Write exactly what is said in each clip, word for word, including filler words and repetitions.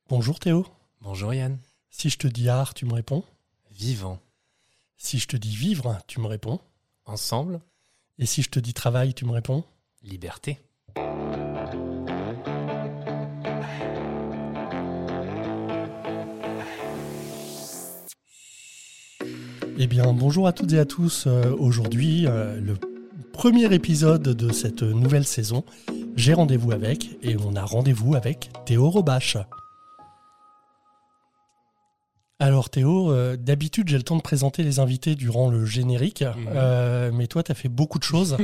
Bonjour Théo. Bonjour Yann. Si je te dis art, tu me réponds ? Vivant. Si je te dis vivre, tu me réponds ? Ensemble. Et si je te dis travail, tu me réponds ? Liberté. Eh bien, bonjour à toutes et à tous. Euh, aujourd'hui, euh, le premier épisode de cette nouvelle saison. J'ai rendez-vous avec, et on a rendez-vous avec Théo Robache. Alors Théo, euh, d'habitude j'ai le temps de présenter les invités durant le générique, mmh. euh, mais toi tu as fait beaucoup de choses,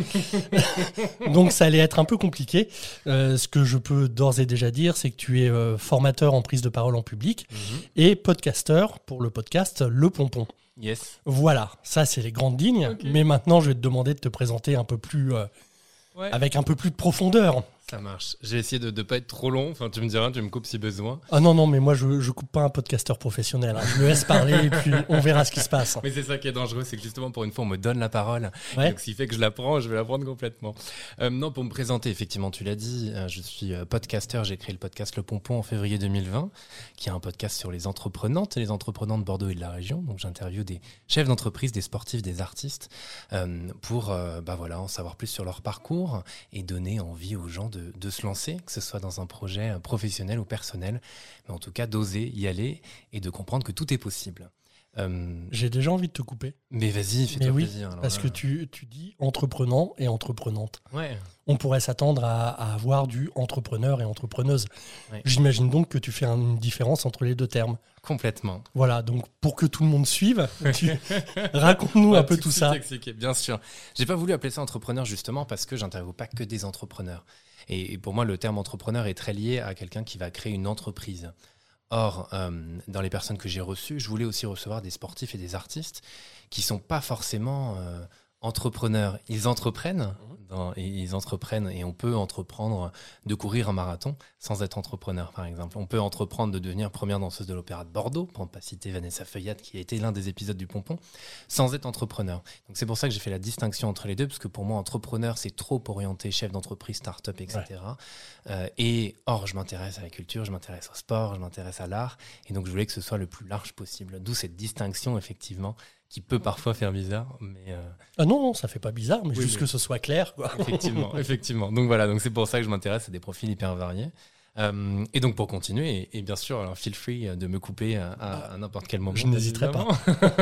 donc ça allait être un peu compliqué. Euh, ce que je peux d'ores et déjà dire, c'est que tu es euh, formateur en prise de parole en public mmh. et podcasteur pour le podcast Le Pompon. Yes. Voilà, ça c'est les grandes lignes, okay. Mais maintenant je vais te demander de te présenter un peu plus, euh, ouais. avec un peu plus de profondeur. Ça marche. J'ai essayé de ne pas être trop long. Enfin, tu me diras, tu me coupes si besoin. Ah non, non, mais moi, je ne coupe pas un podcasteur professionnel. Hein. Je le laisse parler et puis on verra ce qui se passe. Mais c'est ça qui est dangereux, c'est que justement, pour une fois, on me donne la parole. Ouais. Donc, ce qui fait que je la prends, je vais la prendre complètement. Euh, non, pour me présenter, effectivement, tu l'as dit, euh, je suis euh, podcasteur. J'ai créé le podcast Le Pompon en février deux mille vingt, qui est un podcast sur les entreprenantes et les entreprenants de Bordeaux et de la région. Donc, j'interviewe des chefs d'entreprise, des sportifs, des artistes euh, pour euh, bah, voilà, en savoir plus sur leur parcours et donner envie aux gens de, de se lancer, que ce soit dans un projet professionnel ou personnel, mais en tout cas d'oser y aller et de comprendre que tout est possible. Euh... J'ai déjà envie de te couper. Mais vas-y, fais-toi oui, plaisir. Alors parce là. que tu, tu dis entreprenant et entreprenante. Ouais. On pourrait s'attendre à, à avoir du entrepreneur et entrepreneuse. Ouais. J'imagine donc que tu fais une différence entre les deux termes. Complètement. Voilà, donc pour que tout le monde suive, tu... raconte-nous ouais, un peu tout, tout ça. Expliquer. Bien sûr. J'ai pas voulu appeler ça entrepreneur justement parce que j'interviewe pas que des entrepreneurs. Et pour moi, le terme entrepreneur est très lié à quelqu'un qui va créer une entreprise. Or, euh, dans les personnes que j'ai reçues, je voulais aussi recevoir des sportifs et des artistes qui ne sont pas forcément euh, entrepreneurs. Ils entreprennent, dans, et ils entreprennent et on peut entreprendre de courir un marathon sans être entrepreneur, par exemple. On peut entreprendre de devenir première danseuse de l'Opéra de Bordeaux, pour ne pas citer Vanessa Feuillade, qui a été l'un des épisodes du Pompon, sans être entrepreneur. Donc c'est pour ça que j'ai fait la distinction entre les deux, parce que pour moi, entrepreneur, c'est trop orienté chef d'entreprise, start-up, et cetera. Ouais. Euh, et or, je m'intéresse à la culture, je m'intéresse au sport, je m'intéresse à l'art, et donc je voulais que ce soit le plus large possible. D'où cette distinction, effectivement, qui peut parfois faire bizarre, mais euh... ah non non ça fait pas bizarre, mais oui, juste mais... que ce soit clair, quoi. Effectivement, effectivement. Donc voilà, donc c'est pour ça que je m'intéresse à des profils hyper variés. Euh, et donc pour continuer, et, et bien sûr, alors feel free de me couper à, à, à n'importe quel moment. Je n'hésiterai pas.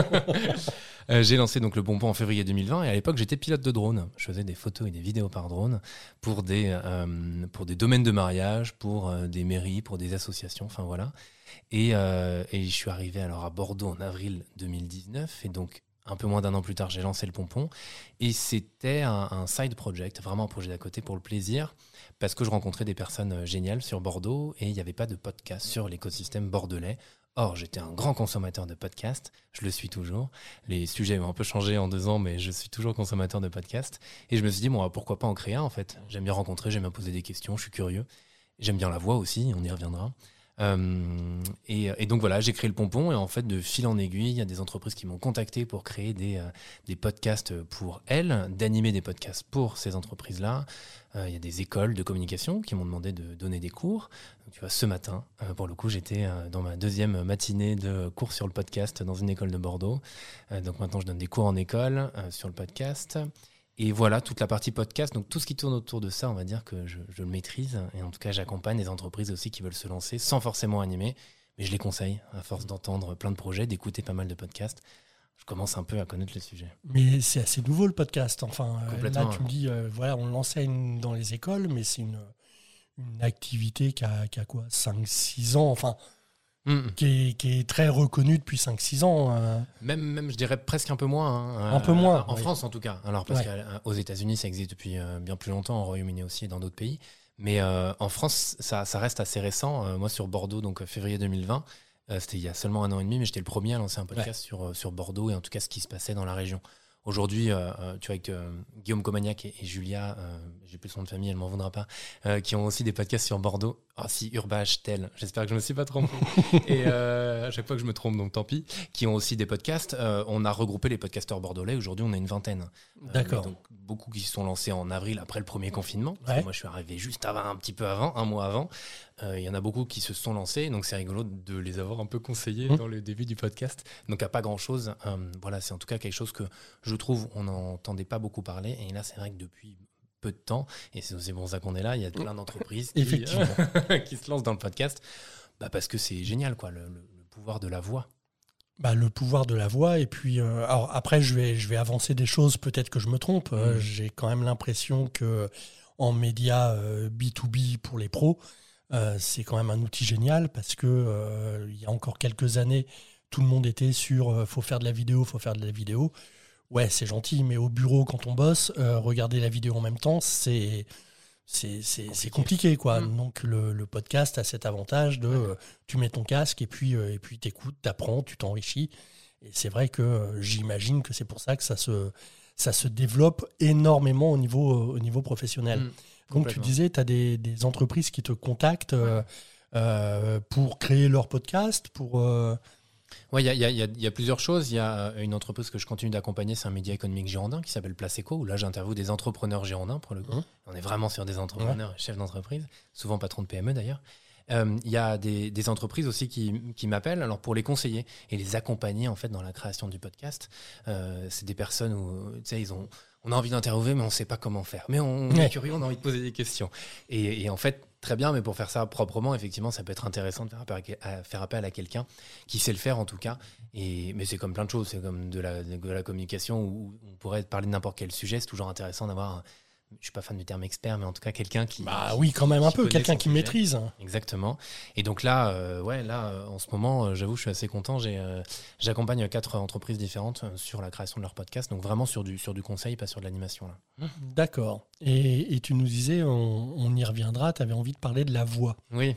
euh, j'ai lancé donc le Pompon en février deux mille vingt, et à l'époque j'étais pilote de drone. Je faisais des photos et des vidéos par drone pour des euh, pour des domaines de mariage, pour euh, des mairies, pour des associations. Enfin voilà. Et, euh, et je suis arrivé alors à Bordeaux en avril deux mille dix-neuf, et donc un peu moins d'un an plus tard, j'ai lancé le Pompon. Et c'était un, un side project, vraiment un projet d'à côté pour le plaisir, parce que je rencontrais des personnes géniales sur Bordeaux et il n'y avait pas de podcast sur l'écosystème bordelais. Or, j'étais un grand consommateur de podcasts, je le suis toujours. Les sujets ont un peu changé en deux ans, mais je suis toujours consommateur de podcasts. Et je me suis dit, bon, pourquoi pas en créer un, en fait. J'aime bien rencontrer, j'aime bien poser des questions, je suis curieux. J'aime bien la voix aussi, on y reviendra. Euh, et, et donc voilà, j'ai créé le Pompon, et en fait de fil en aiguille, il y a des entreprises qui m'ont contacté pour créer des, euh, des podcasts pour elles, d'animer des podcasts pour ces entreprises-là. Euh, il y a des écoles de communication qui m'ont demandé de donner des cours. Donc, tu vois, ce matin, euh, pour le coup, j'étais euh, dans ma deuxième matinée de cours sur le podcast dans une école de Bordeaux. Euh, donc maintenant, je donne des cours en école euh, sur le podcast. Et voilà, toute la partie podcast, donc tout ce qui tourne autour de ça, on va dire que je, je le maîtrise. Et en tout cas, j'accompagne des entreprises aussi qui veulent se lancer sans forcément animer. Mais je les conseille, à force d'entendre plein de projets, d'écouter pas mal de podcasts. Je commence un peu à connaître le sujet. Mais c'est assez nouveau le podcast. Enfin, là, tu me dis, euh, voilà, on l'enseigne dans les écoles, mais c'est une, une activité qui a, qui a quoi, cinq six ans, enfin... Mmh. Qui, est, qui est très reconnu depuis cinq six ans. Euh... Même, même, je dirais presque un peu moins. Hein, un peu moins. En oui. France, en tout cas. Alors, parce ouais. qu'aux États-Unis, ça existe depuis euh, bien plus longtemps, au Royaume-Uni aussi et dans d'autres pays. Mais euh, en France, ça, ça reste assez récent. Euh, moi, sur Bordeaux, donc février deux mille vingt, euh, c'était il y a seulement un an et demi, mais j'étais le premier à lancer un podcast ouais. sur, sur Bordeaux et en tout cas ce qui se passait dans la région. Aujourd'hui, euh, tu vois, avec euh, Guillaume Comagnac et, et Julia, euh, j'ai plus son nom de famille, elle m'en voudra pas, euh, qui ont aussi des podcasts sur Bordeaux. Ah si, Urbach, Tel, j'espère que je me suis pas trompé. Et euh, à chaque fois que je me trompe, donc tant pis, qui ont aussi des podcasts. Euh, on a regroupé les podcasteurs bordelais. Aujourd'hui, on a une vingtaine. D'accord. Euh, donc beaucoup qui se sont lancés en avril après le premier confinement. Ouais. Moi, je suis arrivé juste avant, un petit peu avant, un mois avant. Euh, Il y en a beaucoup qui se sont lancés, donc c'est rigolo de les avoir un peu conseillés mmh. dans le début du podcast. Donc à pas grand-chose. Euh, voilà, c'est en tout cas quelque chose que je trouve on n'entendait pas beaucoup parler. Et là, c'est vrai que depuis peu de temps, et c'est aussi pour ça qu'on est là, il y a plein d'entreprises qui, Effectivement. qui se lancent dans le podcast, bah parce que c'est génial, quoi, le, le, le pouvoir de la voix. Bah, le pouvoir de la voix, et puis euh, alors après je vais, je vais avancer des choses, peut-être que je me trompe, mmh. euh, j'ai quand même l'impression que en médias euh, B deux B pour les pros, euh, c'est quand même un outil génial, parce que euh, il y a encore quelques années, tout le monde était sur euh, faut faire de la vidéo, faut faire de la vidéo. Ouais, c'est gentil, mais au bureau, quand on bosse, euh, regarder la vidéo en même temps, c'est, c'est, c'est, compliqué. c'est compliqué, quoi. Mmh. Donc, le, le podcast a cet avantage de euh, tu mets ton casque et puis euh, et puis t'écoutes, t'apprends, tu t'enrichis. Et c'est vrai que euh, j'imagine que c'est pour ça que ça se, ça se développe énormément au niveau, euh, au niveau professionnel. Mmh, Donc, tu disais, tu as des, des entreprises qui te contactent euh, ouais. euh, pour créer leur podcast, pour... Euh, Oui, il y, y, y, y a plusieurs choses. Il y a une entreprise que je continue d'accompagner, c'est un média économique girondin qui s'appelle Placeco, où là j'interviewe des entrepreneurs girondins pour le coup. Mmh. On est vraiment sur des entrepreneurs, ouais. chefs d'entreprise, souvent patrons de P M E d'ailleurs. Il euh, y a des, des entreprises aussi qui, qui m'appellent alors pour les conseiller et les accompagner en fait dans la création du podcast. Euh, c'est des personnes où tu sais, ils ont, on a envie d'interviewer mais on ne sait pas comment faire. Mais on ouais. est curieux, on a envie de poser des questions. Et, et en fait, très bien, mais pour faire ça proprement, effectivement, ça peut être intéressant de faire appel à, faire appel à quelqu'un qui sait le faire en tout cas. Et, mais c'est comme plein de choses, c'est comme de la, de la communication où on pourrait parler de n'importe quel sujet. C'est toujours intéressant d'avoir... Un, je suis pas fan du terme expert, mais en tout cas quelqu'un qui... Bah oui, quand même un peu, quelqu'un qui sujet. maîtrise. Exactement. Et donc là, euh, ouais, là, euh, en ce moment, euh, j'avoue, je suis assez content. J'ai, euh, j'accompagne quatre entreprises différentes euh, sur la création de leur podcast, donc vraiment sur du, sur du conseil, pas sur de l'animation. Là. D'accord. Et, et tu nous disais, on, on y reviendra, tu avais envie de parler de la voix. Oui.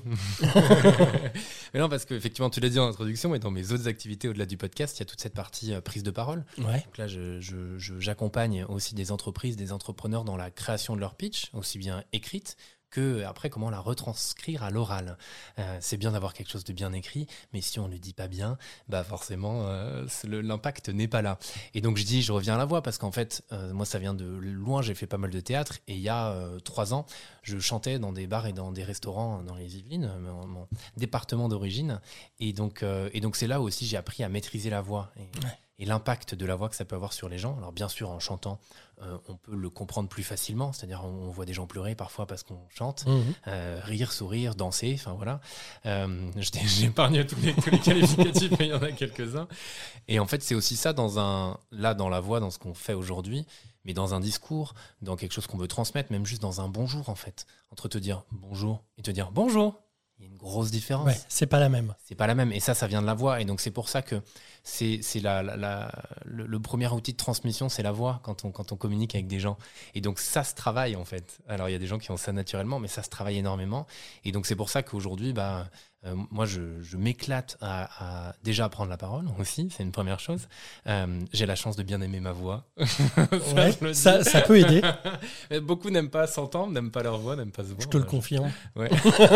Mais non, parce qu'effectivement, tu l'as dit en introduction, mais dans mes autres activités au-delà du podcast, il y a toute cette partie euh, prise de parole. Ouais. Donc là, je, je, je, j'accompagne aussi des entreprises, des entrepreneurs dans la création de leur pitch, aussi bien écrite que après comment la retranscrire à l'oral. Euh, c'est bien d'avoir quelque chose de bien écrit, mais si on ne le dit pas bien, bah forcément euh, le, l'impact n'est pas là. Et donc je dis, je reviens à la voix parce qu'en fait, euh, moi ça vient de loin, j'ai fait pas mal de théâtre et il y a euh, trois ans, je chantais dans des bars et dans des restaurants dans les Yvelines, mon, mon département d'origine, et donc euh, et donc c'est là aussi j'ai appris à maîtriser la voix. Et, ouais. Et l'impact de la voix que ça peut avoir sur les gens. Alors bien sûr, en chantant, euh, on peut le comprendre plus facilement. C'est-à-dire, on, on voit des gens pleurer parfois parce qu'on chante, mmh. euh, rire, sourire, danser. Enfin voilà. Euh, j'épargne tous les, tous les qualificatifs, mais il y en a quelques-uns. Et en fait, c'est aussi ça dans un, là dans la voix, dans ce qu'on fait aujourd'hui, mais dans un discours, dans quelque chose qu'on veut transmettre, même juste dans un bonjour en fait. Entre te dire bonjour et te dire bonjour. Il y a une grosse différence. Ouais, c'est pas la même. C'est pas la même. Et ça, ça vient de la voix. Et donc, c'est pour ça que c'est, c'est la, la, la, le, le premier outil de transmission, c'est la voix quand on, quand on communique avec des gens. Et donc, ça se travaille, en fait. Alors, il y a des gens qui ont ça naturellement, mais ça se travaille énormément. Et donc, c'est pour ça qu'aujourd'hui, bah, euh, moi, je, je m'éclate à, à déjà prendre la parole aussi. C'est une première chose. Euh, j'ai la chance de bien aimer ma voix. ça, ouais, ça, ça peut aider. Beaucoup n'aiment pas s'entendre, n'aiment pas leur voix, n'aiment pas se voir. Je te le confirme. Ouais.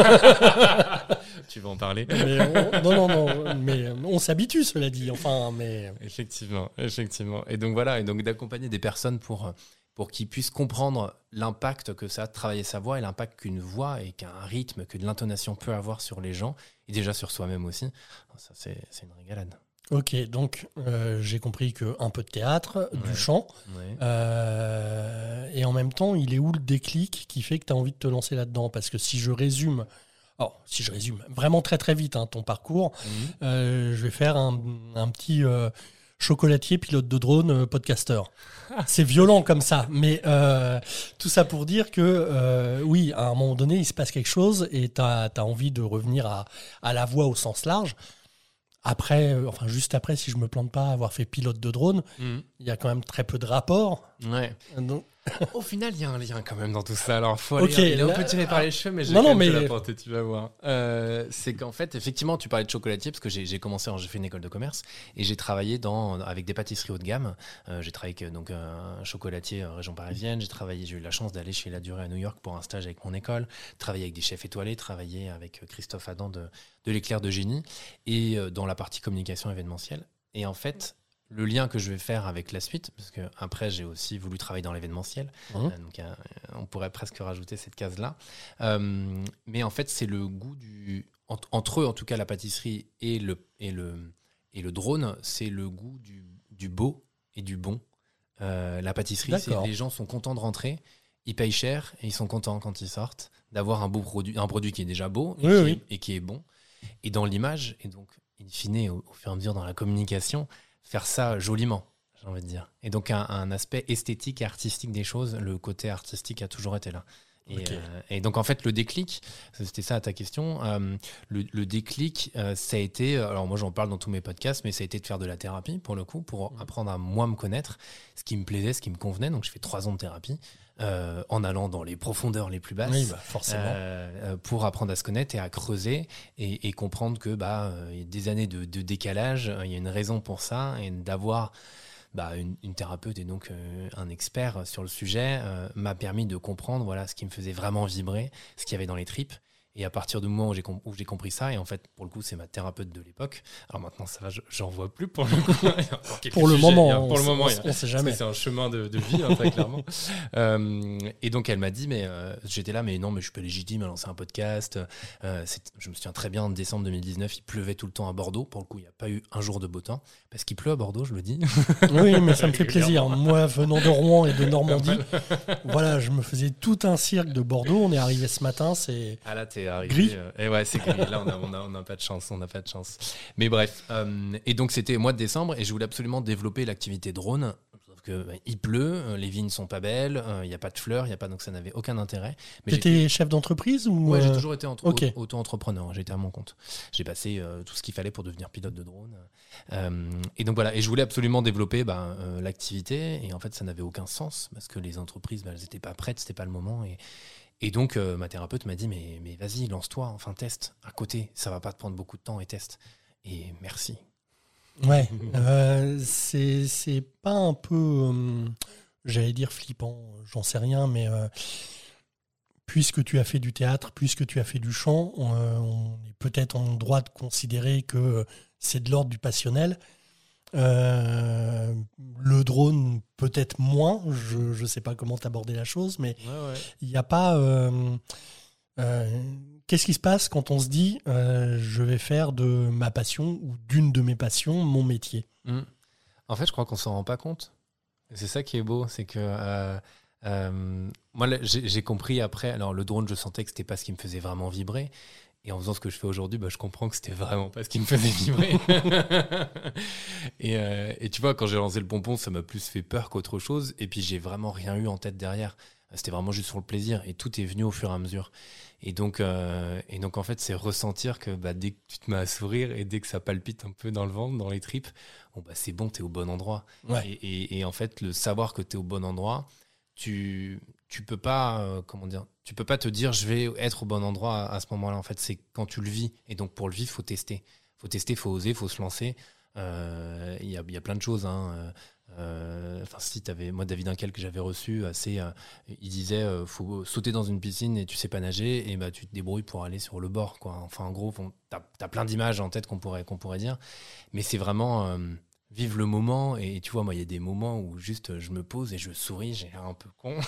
Tu vas en parler. Mais on, non, non, non. Mais on s'habitue, cela dit. Enfin, mais effectivement, effectivement. Et donc voilà, et donc d'accompagner des personnes pour pour qu'ils puissent comprendre l'impact que ça a de travailler sa voix et l'impact qu'une voix et qu'un rythme, que de l'intonation peut avoir sur les gens et déjà sur soi-même aussi. Ça, c'est, c'est une régalade. Ok, donc euh, j'ai compris qu'un peu de théâtre, ouais. du chant, ouais. euh, et en même temps, il est où le déclic qui fait que tu as envie de te lancer là-dedans ? Parce que si je résume, alors, si je résume vraiment très très vite hein, ton parcours, mmh. euh, je vais faire un, un petit euh, chocolatier, pilote de drone, euh, podcasteur. C'est violent comme ça, mais euh, tout ça pour dire que euh, oui, à un moment donné, il se passe quelque chose et tu as envie de revenir à, à la voix au sens large. Après, euh, enfin juste après, si je me plante pas, avoir fait pilote de drone, mmh. il y a quand même très peu de rapports. Ouais. Donc, Au final, il y a un lien quand même dans tout ça. Alors, faut aller, okay, il est là, un peu tiré par les cheveux, mais j'ai non, quand non, même mais... te l'apporter, tu vas voir. Euh, c'est qu'en fait, effectivement, tu parlais de chocolatier, parce que j'ai, j'ai commencé, j'ai fait une école de commerce, et j'ai travaillé dans, avec des pâtisseries haut de gamme. Euh, j'ai travaillé avec donc, un chocolatier en région parisienne. J'ai travaillé, j'ai eu la chance d'aller chez La Durée à New York pour un stage avec mon école, travailler avec des chefs étoilés, travailler avec Christophe Adam de, de l'Éclair de Génie, et euh, dans la partie communication événementielle. Et en fait, le lien que je vais faire avec la suite, parce que après j'ai aussi voulu travailler dans l'événementiel, mmh. euh, donc euh, on pourrait presque rajouter cette case-là. Euh, mais en fait, c'est le goût du en, entre eux, en tout cas la pâtisserie et le et le et le drone, c'est le goût du, du beau et du bon. Euh, la pâtisserie, c'est, les gens sont contents de rentrer, ils payent cher et ils sont contents quand ils sortent d'avoir un beau produit, un produit qui est déjà beau et, oui, qui, oui. Est, et qui est bon. Et dans l'image et donc in fine au, au fur et à mesure dans la communication, faire ça joliment, j'ai envie de dire. Et donc, un, un aspect esthétique et artistique des choses, le côté artistique a toujours été là. Et, okay. euh, et donc, en fait, le déclic, c'était ça à ta question, euh, le, le déclic, euh, ça a été, alors moi j'en parle dans tous mes podcasts, mais ça a été de faire de la thérapie, pour le coup, pour mmh. apprendre à moi me connaître, ce qui me plaisait, ce qui me convenait. Donc, je fais trois ans de thérapie. Euh, en allant dans les profondeurs les plus basses, oui, bah, forcément. Euh, pour apprendre à se connaître et à creuser et, et comprendre que bah il euh, y a des années de, de décalage, il y a une raison pour ça, et d'avoir bah, une, une thérapeute et donc euh, un expert sur le sujet euh, m'a permis de comprendre voilà ce qui me faisait vraiment vibrer, ce qu'il y avait dans les tripes. Et à partir du moment où j'ai, com- où j'ai compris ça, et en fait, pour le coup, c'est ma thérapeute de l'époque. Alors maintenant, ça va, je, j'en vois plus pour le coup. pour, le sujets, moment, hein, pour le moment, on ne sait jamais. C'est un chemin de, de vie, hein, très clairement. euh, et donc, elle m'a dit, mais euh, j'étais là, mais non, mais je suis pas légitime à lancer un podcast. Euh, c'est, je me souviens très bien, en décembre deux mille dix-neuf, il pleuvait tout le temps à Bordeaux. Pour le coup, il n'y a pas eu un jour de beau temps. Parce qu'il pleut à Bordeaux, je le dis. Oui, mais ça me fait plaisir. Moi, venant de Rouen et de Normandie, voilà, je me faisais tout un cirque de Bordeaux. On est arrivé ce matin, c'est ah là, t'es arrivé, gris. Euh, et ouais, c'est gris. Là, on n'a on a, on a pas de chance. On n'a pas de chance. Mais bref. Euh, et donc, c'était au mois de décembre et je voulais absolument développer l'activité drone. Sauf que bah, il pleut, les vignes sont pas belles, il euh, n'y a pas de fleurs, il y a pas, donc ça n'avait aucun intérêt. Mais T'étais j'étais... chef d'entreprise ou Ouais, j'ai toujours été entre... okay. auto-entrepreneur. J'étais à mon compte. J'ai passé euh, tout ce qu'il fallait pour devenir pilote de drone. Euh, et donc voilà. Et je voulais absolument développer bah, euh, l'activité. Et en fait, ça n'avait aucun sens parce que les entreprises, bah, elles n'étaient pas prêtes, c'était pas le moment. Et Et donc, euh, ma thérapeute m'a dit, mais, mais vas-y, lance-toi, enfin, teste à côté, ça va pas te prendre beaucoup de temps et teste. Et merci. Ouais, euh, c'est, c'est pas un peu, euh, j'allais dire flippant, j'en sais rien, mais euh, puisque tu as fait du théâtre, puisque tu as fait du chant, on, on est peut-être en droit de considérer que c'est de l'ordre du passionnel. Euh, le drone peut-être moins, je ne sais pas comment t'aborder la chose, mais il ouais, ouais. n'y a pas euh, euh, qu'est-ce qui se passe quand on se dit euh, je vais faire de ma passion ou d'une de mes passions mon métier. Mmh. En fait, je crois qu'on s'en rend pas compte. C'est ça qui est beau, c'est que euh, euh, moi j'ai, j'ai compris après, alors le drone je sentais que c'était pas ce qui me faisait vraiment vibrer. Et en faisant ce que je fais aujourd'hui, bah, je comprends que c'était vraiment pas ce qui me faisait vibrer. et, euh, et tu vois, quand j'ai lancé le pompon, ça m'a plus fait peur qu'autre chose. Et puis, j'ai vraiment rien eu en tête derrière. C'était vraiment juste sur le plaisir. Et tout est venu au fur et à mesure. Et donc, euh, et donc en fait, c'est ressentir que bah, dès que tu te mets à sourire et dès que ça palpite un peu dans le ventre, dans les tripes, bon, bah, c'est bon, t'es au bon endroit. Ouais. Et, et, et en fait, le savoir que t'es au bon endroit, tu... tu peux pas euh, comment dire tu peux pas te dire je vais être au bon endroit à, à ce moment-là. En fait, c'est quand tu le vis. Et donc pour le vivre, faut tester, faut tester, faut oser, faut se lancer. Il euh, y a il y a plein de choses. Hein. Euh, enfin, si t'avais moi David Inkel que j'avais reçu, assez, euh, il disait euh, faut sauter dans une piscine et tu sais pas nager et bah tu te débrouilles pour aller sur le bord, quoi. Enfin, en gros, bon, t'as t'as plein d'images en tête qu'on pourrait qu'on pourrait dire, mais c'est vraiment euh, vivre le moment. Et tu vois, moi, il y a des moments où juste je me pose et je souris, j'ai l'air un peu con.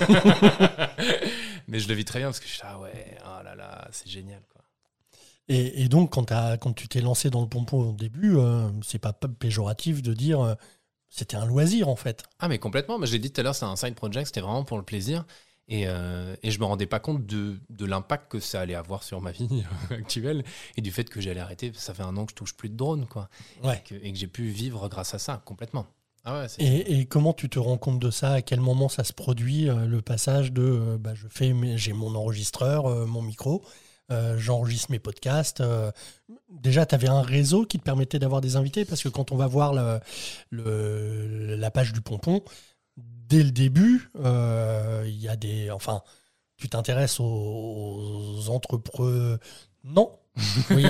Mais je le vis très bien parce que je suis là, ouais, oh là là, c'est génial, quoi. Et, et donc, quand, t'as, quand tu t'es lancé dans le pompon au début, euh, c'est pas péjoratif de dire euh, c'était un loisir, en fait. Ah, mais complètement. Moi, je l'ai dit tout à l'heure, c'est un side project, c'était vraiment pour le plaisir. Et, euh, et je me rendais pas compte de, de l'impact que ça allait avoir sur ma vie actuelle et du fait que j'allais arrêter. Ça fait un an que je touche plus de drone, quoi. Ouais. Et, que, et que j'ai pu vivre grâce à ça, complètement. Ah ouais, c'est et, et comment tu te rends compte de ça? À quel moment ça se produit, euh, le passage de euh, bah, je fais mes, j'ai mon enregistreur, euh, mon micro, euh, j'enregistre mes podcasts. Euh, déjà, tu avais un réseau qui te permettait d'avoir des invités, parce que quand on va voir le, le, la page du pompon, dès le début, euh, il y a des... Enfin, tu t'intéresses aux, aux entrepreneurs... Non. Oui.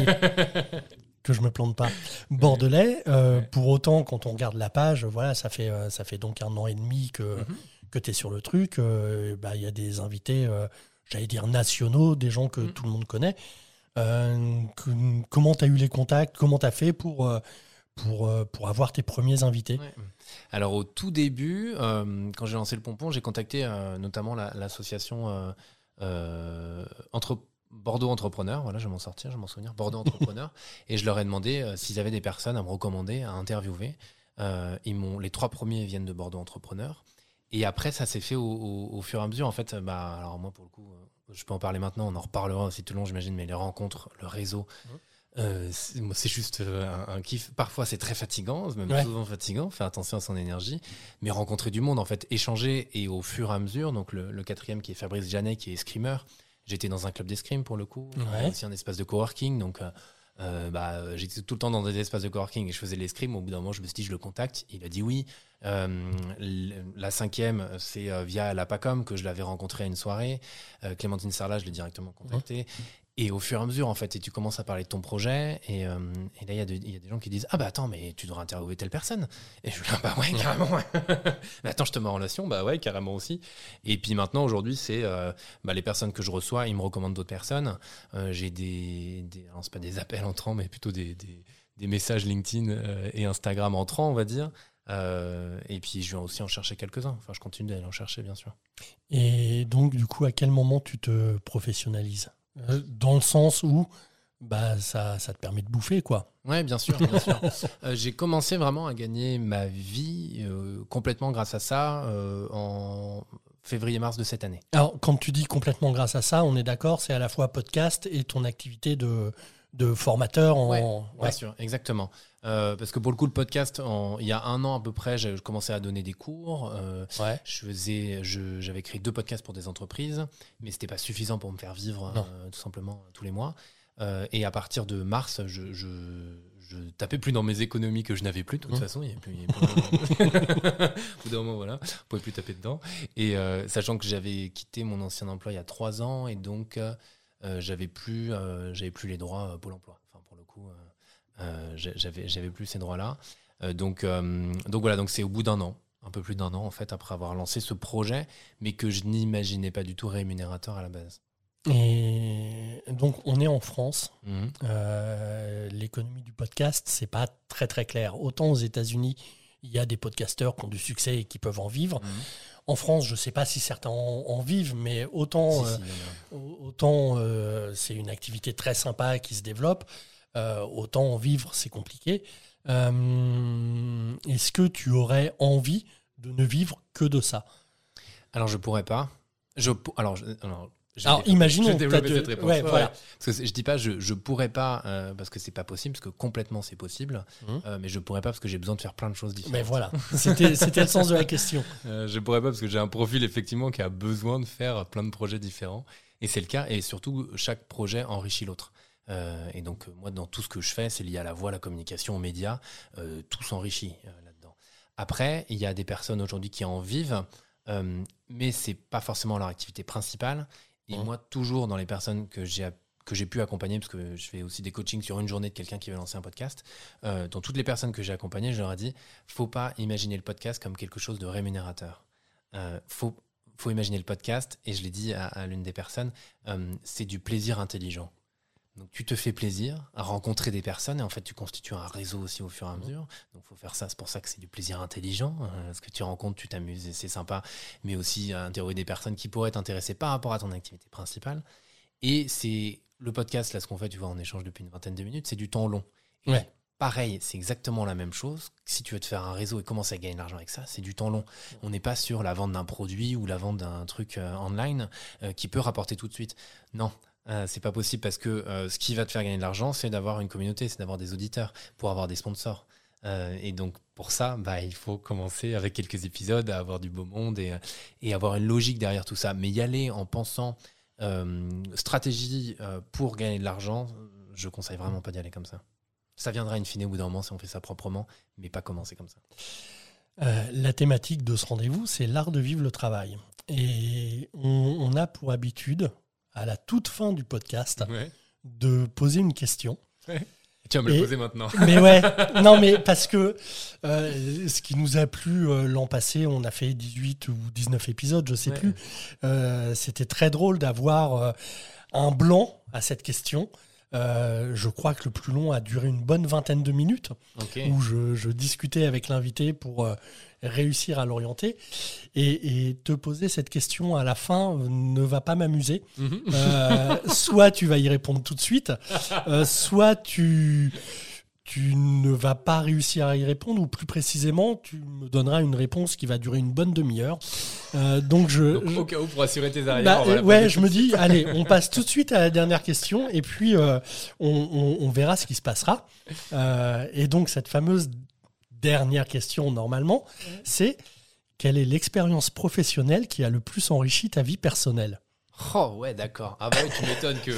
Que je me plante pas. Bordelais. Euh, ouais. Pour autant, quand on regarde la page, voilà, ça fait, euh, ça fait donc un an et demi que, mm-hmm. que tu es sur le truc. Il euh, bah, y a des invités, euh, j'allais dire nationaux, des gens que mm. tout le monde connaît. Euh, que, comment tu as eu les contacts? Comment tu as fait pour, euh, pour, euh, pour avoir tes premiers invités? Ouais. Alors, au tout début, euh, quand j'ai lancé le Pompon, j'ai contacté euh, notamment la, l'association euh, euh, entre Bordeaux Entrepreneurs, voilà, je vais m'en sortir, je vais m'en souvenir, Bordeaux Entrepreneurs, et je leur ai demandé euh, s'ils avaient des personnes à me recommander, à interviewer. Euh, ils m'ont, les trois premiers viennent de Bordeaux Entrepreneurs, et après ça s'est fait au, au, au fur et à mesure. En fait, bah, alors moi pour le coup, euh, je peux en parler maintenant, on en reparlera aussi tout le long, j'imagine, mais les rencontres, le réseau, mmh. euh, c'est, c'est juste un, un kiff. Parfois c'est très fatigant, même ouais. souvent fatigant, faire attention à son énergie, mais rencontrer du monde, en fait, échanger, et au fur et à mesure, donc le, le quatrième qui est Fabrice Janet, qui est escrimeur. J'étais dans un club d'escrime pour le coup, ouais. aussi un espace de coworking, donc euh, bah, j'étais tout le temps dans des espaces de coworking et je faisais l'escrime. Au bout d'un moment, je me suis dit, je le contacte. Il a dit oui. Euh, la cinquième, c'est euh, via la PACOM que je l'avais rencontré à une soirée. Euh, Clémentine Sarlat, je l'ai directement contactée. Ouais. Et au fur et à mesure, en fait, et tu commences à parler de ton projet, et, euh, et là, il y, y a des gens qui disent « Ah bah attends, mais tu devrais interviewer telle personne !» Et je dis « Bah ouais, carrément, ouais. » Mais attends, je te mets en relation ? Bah ouais, carrément aussi. Et puis maintenant, aujourd'hui, c'est euh, bah, les personnes que je reçois, ils me recommandent d'autres personnes. Euh, j'ai des, des alors c'est pas des appels entrants, mais plutôt des, des, des messages LinkedIn euh, et Instagram entrants, on va dire. Euh, et puis je vais aussi en chercher quelques-uns. Enfin, je continue d'aller en chercher, bien sûr. Et donc, du coup, à quel moment tu te professionnalises ? Dans le sens où bah, ça, ça te permet de bouffer, quoi. Oui, bien sûr. Bien sûr. euh, j'ai commencé vraiment à gagner ma vie euh, complètement grâce à ça euh, en février-mars de cette année. Alors, quand tu dis complètement grâce à ça, on est d'accord, c'est à la fois podcast et ton activité de, de formateur. En... Ouais, ouais, bien sûr, exactement. Euh, parce que pour le coup, le podcast, en, il y a un an à peu près, je commençais à donner des cours. Euh, ouais. je faisais, je, j'avais créé deux podcasts pour des entreprises, mais c'était pas suffisant pour me faire vivre euh, tout simplement tous les mois. Euh, et à partir de mars, je, je, je tapais plus dans mes économies que je n'avais plus. De toute mmh. façon, il y avait plus. Il y avait plus au bout d'un moment, voilà, on pouvait plus taper dedans. Et euh, sachant que j'avais quitté mon ancien emploi il y a trois ans, et donc euh, j'avais plus, euh, j'avais plus les droits euh, Pôle Emploi. Enfin, pour le coup. Euh, Euh, j'avais, j'avais plus ces droits-là. Euh, donc, euh, donc voilà, donc c'est au bout d'un an, un peu plus d'un an en fait, après avoir lancé ce projet, mais que je n'imaginais pas du tout rémunérateur à la base. Et donc on est en France. Mmh. Euh, l'économie du podcast, c'est pas très très clair. Autant aux États-Unis, il y a des podcasteurs qui ont du succès et qui peuvent en vivre. Mmh. En France, je ne sais pas si certains en, en vivent, mais autant, si, si, euh, autant euh, c'est une activité très sympa qui se développe. Euh, autant en vivre, c'est compliqué. Euh, est-ce que tu aurais envie de ne vivre que de ça ? Alors, je pourrais pas. Je, alors, je, alors, je alors imaginons. Je développe cette réponse. Ouais, ouais, voilà. Parce que je dis pas, je, je pourrais pas euh, parce que c'est pas possible, parce que complètement c'est possible. Mmh. Euh, mais je pourrais pas parce que j'ai besoin de faire plein de choses différentes. Mais voilà, c'était, c'était le sens de la question. Euh, je pourrais pas parce que j'ai un profil effectivement qui a besoin de faire plein de projets différents. Et c'est le cas. Et surtout, chaque projet enrichit l'autre. Euh, et donc, moi, dans tout ce que je fais, c'est lié à la voix, la communication, aux médias. Euh, tout s'enrichit euh, là-dedans. Après, il y a des personnes aujourd'hui qui en vivent, euh, mais c'est pas forcément leur activité principale. Et mmh. moi, toujours dans les personnes que j'ai, que j'ai pu accompagner, parce que je fais aussi des coachings sur une journée de quelqu'un qui veut lancer un podcast, euh, dans toutes les personnes que j'ai accompagnées, je leur ai dit, faut pas imaginer le podcast comme quelque chose de rémunérateur. Euh, faut, faut imaginer le podcast, et je l'ai dit à, à l'une des personnes, euh, c'est du plaisir intelligent. Donc, tu te fais plaisir à rencontrer des personnes et en fait, tu constitues un réseau aussi au fur et à mesure. Donc, il faut faire ça. C'est pour ça que c'est du plaisir intelligent. Euh, parce que tu rencontres, tu t'amuses et c'est sympa. Mais aussi à interroger des personnes qui pourraient t'intéresser par rapport à ton activité principale. Et c'est le podcast, là, ce qu'on fait, tu vois, on échange depuis une vingtaine de minutes, c'est du temps long. Et ouais. Pareil, c'est exactement la même chose. Si tu veux te faire un réseau et commencer à gagner de l'argent avec ça, c'est du temps long. On n'est pas sur la vente d'un produit ou la vente d'un truc euh, online euh, qui peut rapporter tout de suite. Non. Euh, c'est pas possible parce que euh, ce qui va te faire gagner de l'argent, c'est d'avoir une communauté, c'est d'avoir des auditeurs pour avoir des sponsors. Euh, et donc, pour ça, bah, il faut commencer avec quelques épisodes à avoir du beau monde et, et avoir une logique derrière tout ça. Mais y aller en pensant euh, stratégie euh, pour gagner de l'argent, je conseille vraiment pas d'y aller comme ça. Ça viendra in fine au bout d'un moment si on fait ça proprement, mais pas commencer comme ça. Euh, la thématique de ce rendez-vous, c'est l'art de vivre le travail. Et on, on a pour habitude, à la toute fin du podcast, Ouais. de poser une question. Ouais. Tu vas me le Et- poser maintenant. Mais ouais, non mais parce que euh, ce qui nous a plu euh, l'an passé, on a fait dix-huit ou dix-neuf épisodes, je sais Ouais. plus. Euh, c'était très drôle d'avoir euh, un blanc à cette question. Euh, je crois que le plus long a duré une bonne vingtaine de minutes, Ok. où je, je discutais avec l'invité pour euh, réussir à l'orienter. Et, et te poser cette question à la fin euh, ne va pas m'amuser. Mhm. Euh, soit tu vas y répondre tout de suite, euh, soit tu, tu ne vas pas réussir à y répondre, ou plus précisément, tu me donneras une réponse qui va durer une bonne demi-heure. Euh, donc je... Donc, je- au cas où, pour assurer tes arrières, bah, on va la euh, ouais, poser je tout me de dis, suite. allez, on passe tout de suite à la dernière question, et puis euh, on, on- on verra ce qui se passera. Euh, et donc cette fameuse dernière question, normalement, c'est: quelle est l'expérience professionnelle qui a le plus enrichi ta vie personnelle? Oh ouais, d'accord. Ah bah oui, tu m'étonnes que...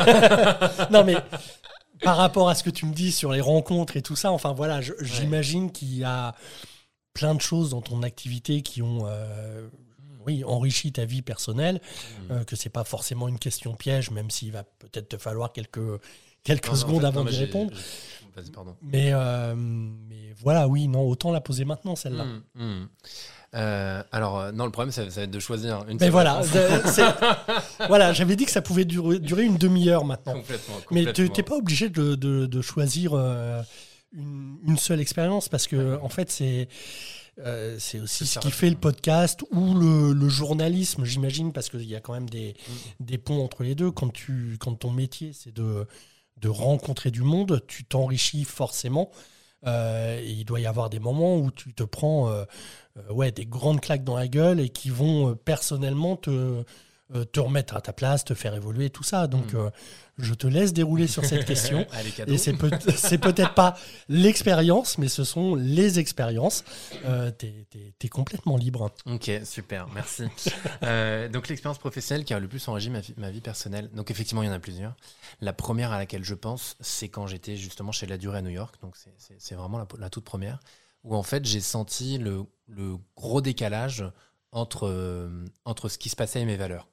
euh, Non, mais par rapport à ce que tu me dis sur les rencontres et tout ça, enfin voilà, je- j'imagine qu'il y a plein de choses dans ton activité qui ont euh, oui, enrichi ta vie personnelle, euh, que c'est pas forcément une question piège, même s'il va peut-être te falloir quelques, quelques non, non, en secondes fait, avant non, mais d'y j'ai- répondre. j'ai- Vas-y, pardon. Mais, euh, mais voilà, oui, non, autant la poser maintenant, celle-là. Hmm, hmm. Euh, alors, euh, non, le problème, ça, ça va être de choisir une Mais seule voilà, réponse. c'est- c'est- voilà, j'avais dit que ça pouvait durer, durer une demi-heure maintenant. Complètement, Mais complètement. tu n'es pas obligé de, de- de choisir euh, une, une seule expérience, parce que en fait, c'est euh, c'est aussi C'est ce ça. qui fait le podcast ou le, le journalisme, j'imagine, parce qu'il y a quand même des, Mm. des ponts entre les deux. Quand, tu, quand ton métier, c'est de, de rencontrer du monde, tu t'enrichis forcément. Euh, et il doit y avoir des moments où tu te prends euh, euh, ouais, des grandes claques dans la gueule et qui vont euh, personnellement te, euh, te remettre à ta place, te faire évoluer, tout ça. Donc, Mm. euh, je te laisse dérouler sur cette question. Allez, cadeau. Et c'est peut- c'est peut-être pas l'expérience, mais ce sont les expériences. Euh, t'es, t'es- t'es complètement libre. Ok, super, merci. Euh, donc l'expérience professionnelle qui a le plus enrichi ma vie, ma vie personnelle. Donc effectivement, il y en a plusieurs. La première à laquelle je pense, c'est quand j'étais justement chez La Durée à New York. Donc c'est- c'est c'est vraiment la, la toute première, où en fait j'ai senti le, le gros décalage entre, euh, entre ce qui se passait et mes valeurs.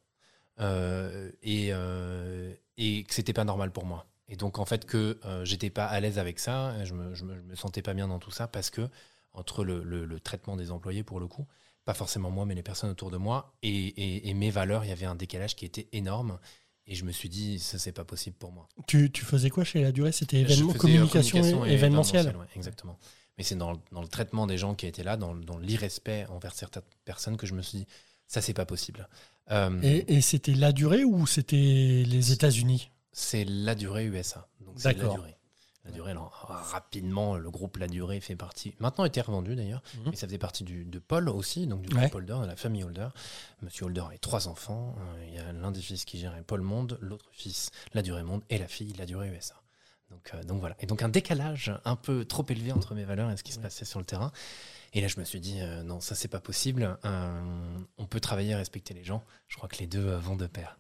Euh, et, euh, et que c'était pas normal pour moi. Et donc en fait que euh, j'étais pas à l'aise avec ça, et je me, je me, je me sentais pas bien dans tout ça parce que entre le, le, le traitement des employés pour le coup, pas forcément moi mais les personnes autour de moi et, et, et mes valeurs, il y avait un décalage qui était énorme et je me suis dit ça c'est pas possible pour moi. Tu, tu faisais quoi chez La Durée? C'était Je événement, faisais, euh, communication, communication et et événementiel. ouais, exactement. Mais c'est dans, le- dans le traitement des gens qui étaient là, dans, dans l'irrespect envers certaines personnes que je me suis dit ça c'est pas possible. Euh, Et, et c'était La Durée ou c'était les États-Unis? C'est La Durée U S A. Donc c'est La D'accord. Durée. La Durée, alors, rapidement, le groupe La Durée fait partie. Maintenant, a été revendu d'ailleurs, Mhm. mais ça faisait partie du, de Paul aussi, donc du groupe Ouais. Holder, de la famille Holder. Monsieur Holder avait trois enfants. Euh, Il y a l'un des fils qui gérait Paul Monde, l'autre fils La Durée Monde et la fille La Durée U S A. Donc, euh, donc voilà. Et donc un décalage un peu trop élevé entre mes valeurs et ce qui se Ouais. passait sur le terrain. Et là, je me suis dit, euh, non, ça, c'est pas possible. Euh, on peut travailler et respecter les gens. Je crois que les deux euh, vont de pair.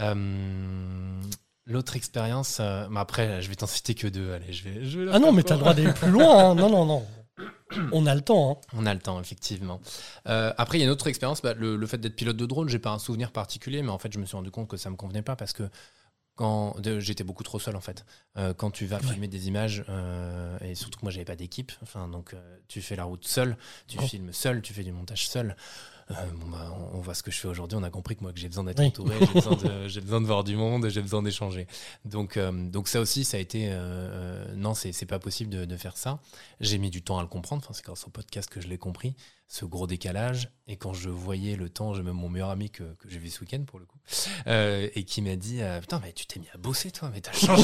Euh, L'autre expérience, euh, mais après, je vais t'en citer que deux. Allez, je vais. Je vais leur Ah non, faire mais t'as court. le droit d'aller plus loin. Hein. Non, non, non. On a le temps. Hein. On a le temps, effectivement. Euh, après, il y a une autre expérience, bah, le, le fait d'être pilote de drone. J'ai pas un souvenir particulier, mais en fait, je me suis rendu compte que ça me convenait pas parce que quand de- j'étais beaucoup trop seul en fait. Euh, quand tu vas Ouais. filmer des images euh, et surtout que moi j'avais pas d'équipe. Enfin donc euh, tu fais la route seul, tu Oh. filmes seul, tu fais du montage seul. Euh, bon, bah, on, on voit ce que je fais aujourd'hui. On a compris que moi que j'ai besoin d'être Oui. entouré, j'ai besoin de, j'ai besoin de voir du monde, j'ai besoin d'échanger. Donc euh, donc ça aussi ça a été euh, euh, non c'est c'est pas possible de, de faire ça. J'ai mis du temps à le comprendre. Enfin c'est grâce au podcast que je l'ai compris. Ce gros décalage. Et quand je voyais le temps, j'ai même mon meilleur ami que, que j'ai vu ce week-end pour le coup, euh, et qui m'a dit euh, putain, mais tu t'es mis à bosser toi, mais t'as changé.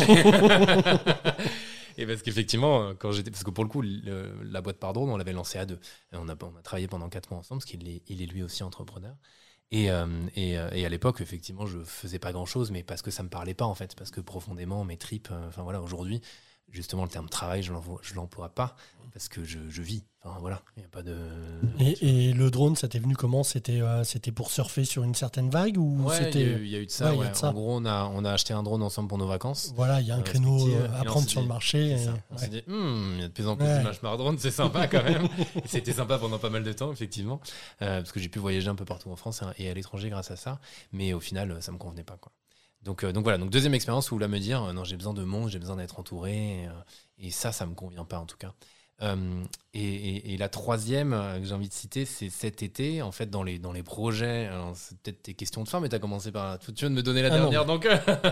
Et parce qu'effectivement, quand j'étais. Parce que pour le coup, le- la boîte par drone, on l'avait lancée à deux. Et on, a, on a travaillé pendant quatre mois ensemble, parce qu'il est, il est lui aussi entrepreneur. Et, euh, et, euh, et à l'époque, effectivement, je faisais pas grand chose, mais parce que ça me parlait pas en fait, parce que profondément, mes tripes, euh, enfin voilà, aujourd'hui, justement, le terme travail, je ne l'emploie pas parce que je, je vis. Enfin, voilà, il n'y a pas de... Et, et le drone, ça t'est venu comment ? C'était, euh, c'était pour surfer sur une certaine vague ou ouais, c'était... il y, y a eu de ça. Ouais, ouais. De ça. En gros, on a, on a acheté un drone ensemble pour nos vacances. Voilà, il y a un créneau à prendre sur dit, le marché. Et... On ouais. s'est dit, hm, il y a de plus en plus ouais. d'images par drone, c'est sympa quand même. Et c'était sympa pendant pas mal de temps, effectivement, euh, parce que j'ai pu voyager un peu partout en France et à l'étranger grâce à ça. Mais au final, ça ne me convenait pas, quoi. Donc, euh, donc voilà, donc deuxième expérience où là me dire, euh, non, j'ai besoin de monde, j'ai besoin d'être entouré. Et, euh, et ça, ça ne me convient pas en tout cas. Euh, et, et, et la troisième euh, que j'ai envie de citer, c'est cet été, en fait, dans les, dans les projets. Alors, c'est peut-être tes questions de fin, mais tu as commencé par. Tu viens de me donner la ah dernière, non. donc.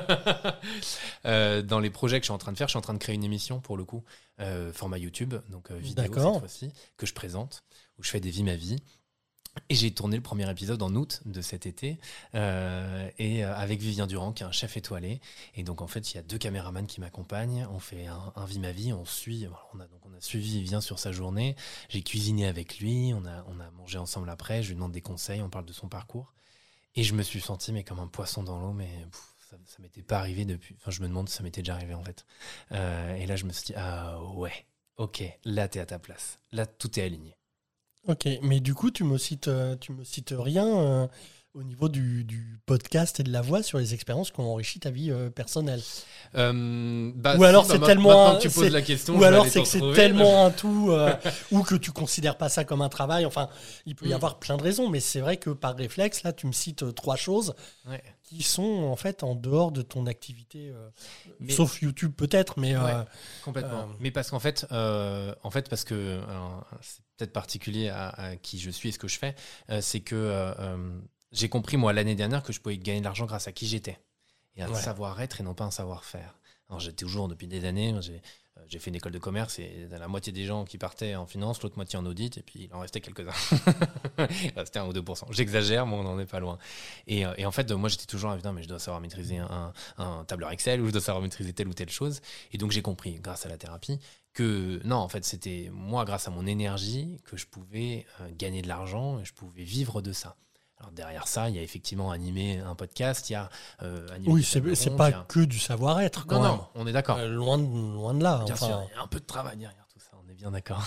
euh, dans les projets que je suis en train de faire, je suis en train de créer une émission, pour le coup, euh, format YouTube, donc euh, vidéo D'accord. cette fois-ci, que je présente, où je fais des vies ma vie. Et j'ai tourné le premier épisode en août de cet été euh, et euh, avec Vivien Durand qui est un chef étoilé. Et donc en fait il y a deux caméramans qui m'accompagnent. On fait un, un vie ma vie, on suit. On a donc on a suivi Vivien sur sa journée. J'ai cuisiné avec lui, on a on a mangé ensemble après. Je lui demande des conseils, on parle de son parcours. Et je me suis senti mais comme un poisson dans l'eau, mais pff, ça ça m'était pas arrivé depuis. Enfin je me demande si ça m'était déjà arrivé en fait. Euh, et là je me suis dit ah ouais, ok, là t'es à ta place, là tout est aligné. Ok, mais du coup, tu me cites, tu me cites rien euh, au niveau du, du podcast et de la voix sur les expériences qui ont enrichi ta vie euh, personnelle. Euh, bah, ou alors si, c'est bah, tellement, que tu poses la question, ou alors c'est que c'est tellement un tout, euh, ou que tu considères pas ça comme un travail. Enfin, il peut y mm. avoir plein de raisons, mais c'est vrai que par réflexe, là, tu me cites trois choses. Ouais. Qui sont en fait en dehors de ton activité, euh, mais, sauf YouTube peut-être, mais ouais, euh, complètement. Euh, mais parce qu'en fait, euh, en fait parce que alors, c'est peut-être particulier à, à qui je suis et ce que je fais, euh, c'est que euh, j'ai compris moi l'année dernière que je pouvais gagner de l'argent grâce à qui j'étais et à un ouais. savoir-être et non pas un savoir-faire. Alors j'ai toujours depuis des années, j'ai J'ai fait une école de commerce et la moitié des gens qui partaient en finance, l'autre moitié en audit, et puis il en restait quelques-uns. Il restait un ou deux pour cent. J'exagère, mais on n'en est pas loin. Et, et en fait, moi, j'étais toujours là, putain, mais je dois savoir maîtriser un, un tableur Excel ou je dois savoir maîtriser telle ou telle chose. Et donc, j'ai compris, grâce à la thérapie, que non, en fait, c'était moi, grâce à mon énergie, que je pouvais euh, gagner de l'argent et je pouvais vivre de ça. Alors derrière ça, il y a effectivement animé un podcast, il y a euh, animé oui, c'est, ronds, c'est pas a... que du savoir-être. Quand non, même. non, on est d'accord. Euh, loin, de, loin de là. Bien enfin... sûr, il y a un peu de travail derrière tout ça, on est bien d'accord.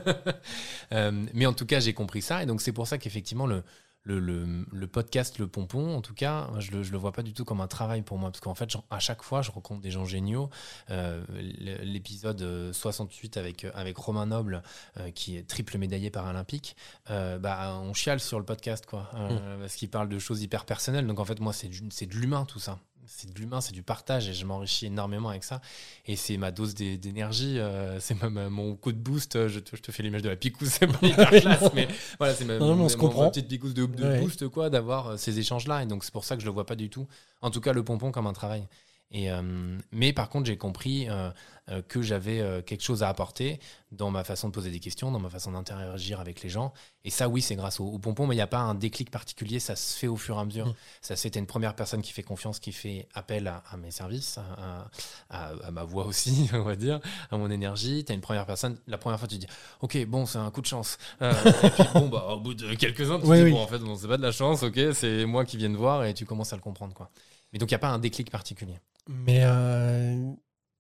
euh, mais en tout cas, j'ai compris ça, et donc c'est pour ça qu'effectivement le Le, le, le podcast Le Pompon, en tout cas, je le, je le vois pas du tout comme un travail pour moi, parce qu'en fait, à chaque fois, je rencontre des gens géniaux. Euh, l'épisode soixante-huit avec, avec Romain Noble, euh, qui est triple médaillé paralympique, euh, bah, on chiale sur le podcast, quoi, euh, mmh. parce qu'il parle de choses hyper personnelles. Donc en fait, moi, c'est, c'est de l'humain, tout ça. C'est de l'humain, c'est du partage et je m'enrichis énormément avec ça. Et c'est ma dose d'énergie, euh, c'est ma, ma, mon coup de boost. Je te, je te fais l'image de la picousse, c'est pas hyper classe, mais voilà, c'est ma, non, mon, mon, ma petite picousse de, de ouais. boost, quoi, d'avoir ces échanges-là. Et donc, c'est pour ça que je le vois pas du tout, en tout cas, le pompon comme un travail. Et, euh, mais par contre, j'ai compris euh, euh, que j'avais euh, quelque chose à apporter dans ma façon de poser des questions, dans ma façon d'interagir avec les gens. Et ça, oui, c'est grâce au, au pompon, mais il n'y a pas un déclic particulier, ça se fait au fur et à mesure. Mmh. Ça, c'était une première personne qui fait confiance, qui fait appel à, à mes services, à, à, à ma voix aussi, on va dire, à mon énergie. Tu as une première personne, la première fois, tu dis, ok, bon, c'est un coup de chance. Euh, et puis, bon, bah, au bout de quelques-uns, tu oui, dis, oui. bon, en fait, bon, c'est pas de la chance, ok, c'est moi qui viens de voir, et tu commences à le comprendre, quoi. Mais donc, il n'y a pas un déclic particulier. Mais euh,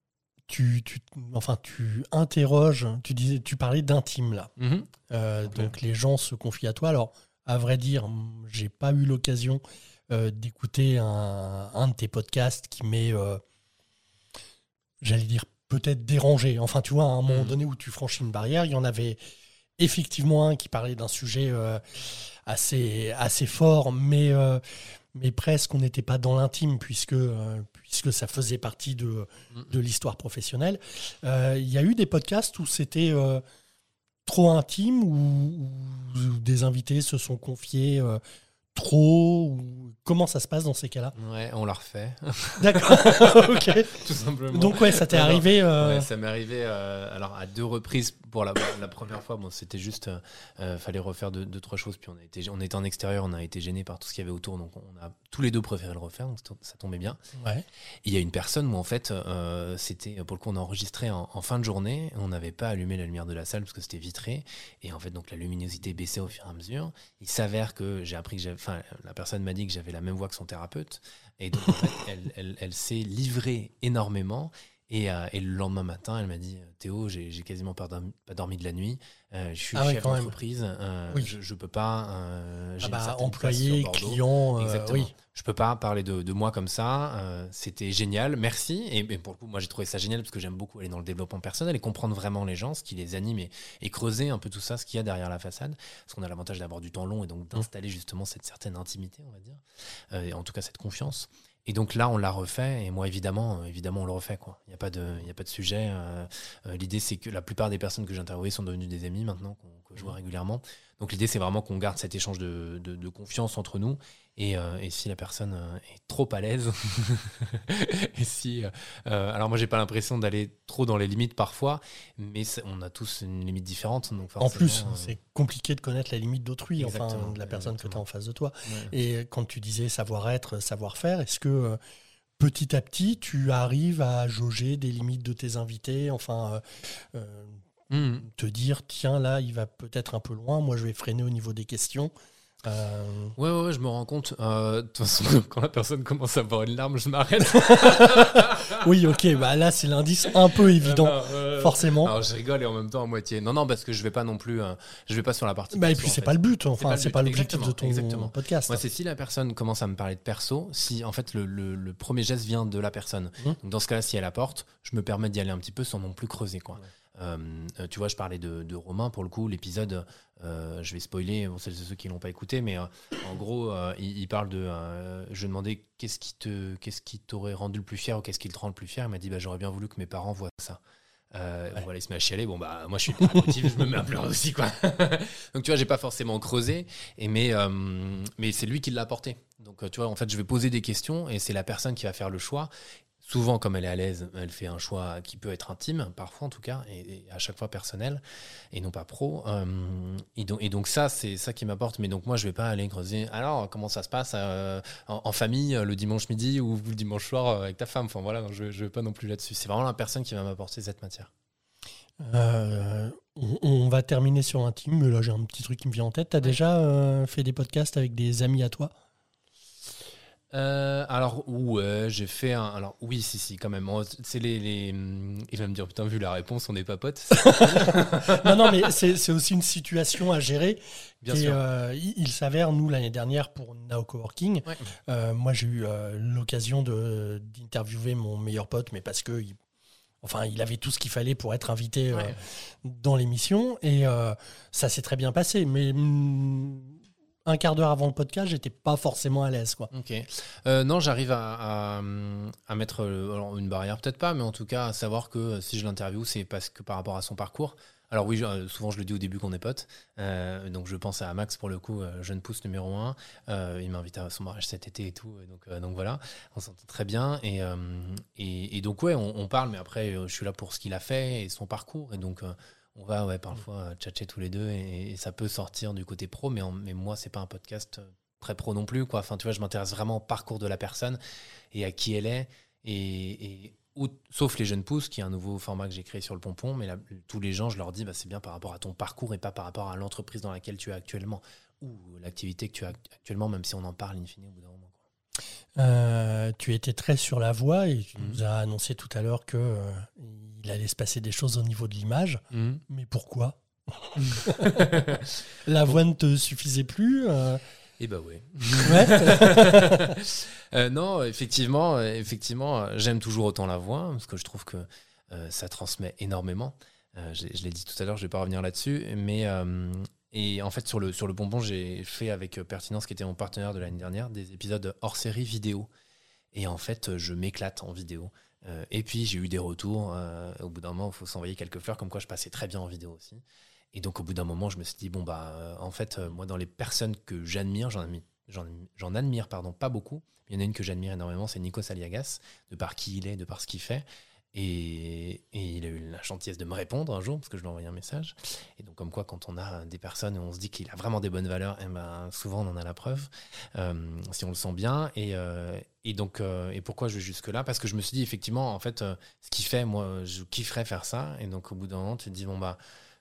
tu, tu, enfin, tu interroges, tu, disais, tu parlais d'intime, là. Mm-hmm. Euh, okay. Donc, les gens se confient à toi. Alors, à vrai dire, j'ai pas eu l'occasion euh, d'écouter un, un de tes podcasts qui m'est, euh, j'allais dire, peut-être dérangé. Enfin, tu vois, à un moment mm-hmm. donné où tu franchis une barrière, il y en avait effectivement un qui parlait d'un sujet euh, assez, assez fort, mais... Euh, mais presque on n'était pas dans l'intime puisque, euh, puisque ça faisait partie de, de l'histoire professionnelle. Euh, il y a eu des podcasts où c'était euh, trop intime, où, où des invités se sont confiés euh, trop, ou... Comment ça se passe dans ces cas-là ? Ouais, on l'a refait. D'accord, ok. Tout simplement. Donc ouais, ça t'est alors, arrivé euh... Ouais, ça m'est arrivé euh, alors à deux reprises. Pour la, la première fois, bon, c'était juste, euh, fallait refaire deux, deux, trois choses. Puis on a été, on était en extérieur, on a été gênés par tout ce qu'il y avait autour, donc on a tous les deux préféré le refaire, donc ça tombait bien. Ouais. Il y a une personne où en fait, euh, c'était pour le coup, on a enregistré en, en fin de journée, on n'avait pas allumé la lumière de la salle parce que c'était vitré, et en fait, donc la luminosité baissait au fur et à mesure. Il s'avère que j'ai appris que j'avais, enfin, la personne m'a dit que j'avais la même voix que son thérapeute, et donc en fait, elle, elle, elle s'est livrée énormément. Et, euh, et le lendemain matin, elle m'a dit « Théo, j'ai, j'ai quasiment pas dormi, pas dormi de la nuit. Euh, je suis Ah ouais, chef quand même. d'entreprise. Euh, Oui. je, je peux pas... Euh, j'ai Ah une bah, certaine place employé, sur Bordeaux. client, euh, Exactement. oui. Je peux pas parler de, de moi comme ça. Euh, c'était génial. Merci. Et, et pour le coup, moi, j'ai trouvé ça génial parce que j'aime beaucoup aller dans le développement personnel et comprendre vraiment les gens, ce qui les anime et, et creuser un peu tout ça, ce qu'il y a derrière la façade. Parce qu'on a l'avantage d'avoir du temps long et donc d'installer justement cette certaine intimité, on va dire. Euh, et en tout cas, cette confiance. Et donc là, on l'a refait. Et moi, évidemment, évidemment, on le refait, quoi. Il n'y a pas de, il n'y a pas de sujet. Euh, euh, l'idée, c'est que la plupart des personnes que j'ai interviewées sont devenues des amis maintenant, qu'on, que je vois régulièrement. Donc l'idée, c'est vraiment qu'on garde cet échange de, de, de confiance entre nous. Et, euh, et si la personne euh, est trop à l'aise, et si, euh, alors moi j'ai pas l'impression d'aller trop dans les limites parfois, mais on a tous une limite différente. Donc en plus, euh, c'est compliqué de connaître la limite d'autrui, enfin de la personne exactement. Que tu as en face de toi. Ouais. Et quand tu disais savoir-être, savoir-faire, est-ce que euh, petit à petit tu arrives à jauger des limites de tes invités, enfin euh, euh, mmh. te dire tiens là il va peut-être un peu loin, moi je vais freiner au niveau des questions. Euh... Ouais, ouais, ouais, je me rends compte. Euh, de toute façon, quand la personne commence à avoir une larme, je m'arrête. Oui, ok, bah là, c'est l'indice un peu évident, non, euh, forcément. Alors, je rigole et en même temps à moitié. Non, non, parce que je vais pas non plus. Euh, je vais pas sur la partie. Bah, et puis, c'est pas le but. Enfin, c'est pas, le but. c'est pas l'objectif exactement, de ton exactement. podcast. Moi, c'est si la personne commence à me parler de perso, si en fait le, le, le premier geste vient de la personne. Mmh. Donc, dans ce cas-là, si elle apporte, je me permets d'y aller un petit peu sans non plus creuser, quoi. Ouais. Euh, tu vois, je parlais de, de Romain pour le coup, l'épisode, euh, je vais spoiler, bon, c'est ceux qui l'ont pas écouté, mais euh, en gros, euh, il, il parle de. Euh, je demandais qu'est-ce qui te, qu'est-ce qui t'aurait rendu le plus fier ou qu'est-ce qui te rend le plus fier. Il m'a dit bah j'aurais bien voulu que mes parents voient ça. Euh, ouais. Voilà, il se met à chialer. Bon bah moi je suis pas émotif, je me mets à pleurer aussi quoi. Donc tu vois, j'ai pas forcément creusé, et mais euh, mais c'est lui qui l'a apporté. Donc tu vois, en fait, je vais poser des questions et c'est la personne qui va faire le choix. Souvent, comme elle est à l'aise, elle fait un choix qui peut être intime, parfois en tout cas, et, et à chaque fois personnel, et non pas pro. Euh, et, donc, et donc ça, c'est ça qui m'apporte. Mais donc moi, je vais pas aller creuser. Alors, comment ça se passe euh, en, en famille le dimanche midi ou le dimanche soir avec ta femme. Enfin voilà, je, je vais pas non plus là-dessus. C'est vraiment la personne qui va m'apporter cette matière. Euh, on, on va terminer sur l'intime, mais là j'ai un petit truc qui me vient en tête. T'as ouais. déjà euh, fait des podcasts avec des amis à toi? Euh, alors ouais, j'ai fait un. Alors oui, si si, quand même. C'est les, les. Il va me dire putain, vu la réponse, on n'est pas potes. non non, mais c'est, c'est aussi une situation à gérer. Bien et, sûr. Euh, il, il s'avère, nous l'année dernière pour Now Coworking, ouais. euh, moi j'ai eu euh, l'occasion de d'interviewer mon meilleur pote, mais parce que il, enfin il avait tout ce qu'il fallait pour être invité ouais. euh, dans l'émission, et euh, ça s'est très bien passé. Mais mm, un quart d'heure avant le podcast, j'étais pas forcément à l'aise, quoi. Ok. Euh, non, j'arrive à, à, à mettre alors une barrière, peut-être pas, mais en tout cas à savoir que si je l'interviewe, c'est parce que par rapport à son parcours. Alors oui, je, souvent je le dis au début qu'on est potes. Euh, donc je pense à Max pour le coup, euh, jeune pousse numéro un. Euh, il m'a invité à son mariage cet été et tout. Donc, euh, donc voilà, on s'entend très bien. Et, euh, et, et donc ouais, on, on parle, mais après je suis là pour ce qu'il a fait et son parcours. Et donc euh, on va ouais, parfois tchatcher tous les deux et, et ça peut sortir du côté pro, mais, en, mais moi, c'est pas un podcast très pro non plus, quoi. Enfin, tu vois, je m'intéresse vraiment au parcours de la personne et à qui elle est. Et, et ou, sauf les jeunes pousses, qui est un nouveau format que j'ai créé sur le Pompon, mais là, tous les gens, je leur dis, bah, c'est bien par rapport à ton parcours et pas par rapport à l'entreprise dans laquelle tu es actuellement ou l'activité que tu as actuellement, même si on en parle in fine au bout d'un moment. Euh, tu étais très sur la voie et tu mmh. nous as annoncé tout à l'heure qu'il euh, allait se passer des choses au niveau de l'image. Mmh. Mais pourquoi la voix ne te suffisait plus euh... Eh ben ouais. ouais. euh, non, effectivement, effectivement, j'aime toujours autant la voix parce que je trouve que euh, ça transmet énormément. Euh, je, je l'ai dit tout à l'heure, je vais pas revenir là-dessus, mais euh, et en fait sur le sur le Pompon, j'ai fait avec Pertinence, qui était mon partenaire de l'année dernière, des épisodes hors série vidéo. Et en fait, je m'éclate en vidéo. Euh, et puis j'ai eu des retours. Euh, au bout d'un moment, il faut s'envoyer quelques fleurs, comme quoi je passais très bien en vidéo aussi. Et donc, au bout d'un moment, je me suis dit, bon, bah, euh, en fait, euh, moi, dans les personnes que j'admire, j'en, admire, j'en, j'en admire pardon, pas beaucoup. Il y en a une que j'admire énormément, c'est Nikos Aliagas, de par qui il est, de par ce qu'il fait. Et, et il a eu la gentillesse de me répondre un jour, parce que je lui ai envoyé un message. Et donc, comme quoi, quand on a des personnes où on se dit qu'il a vraiment des bonnes valeurs, eh ben, souvent, on en a la preuve, euh, si on le sent bien. Et, euh, et donc, euh, et pourquoi je vais jusque-là ? Parce que je me suis dit, effectivement, en fait, euh, ce qu'il fait, moi, je kifferais faire ça. Et donc, au bout d'un moment, tu te dis, bon, bah,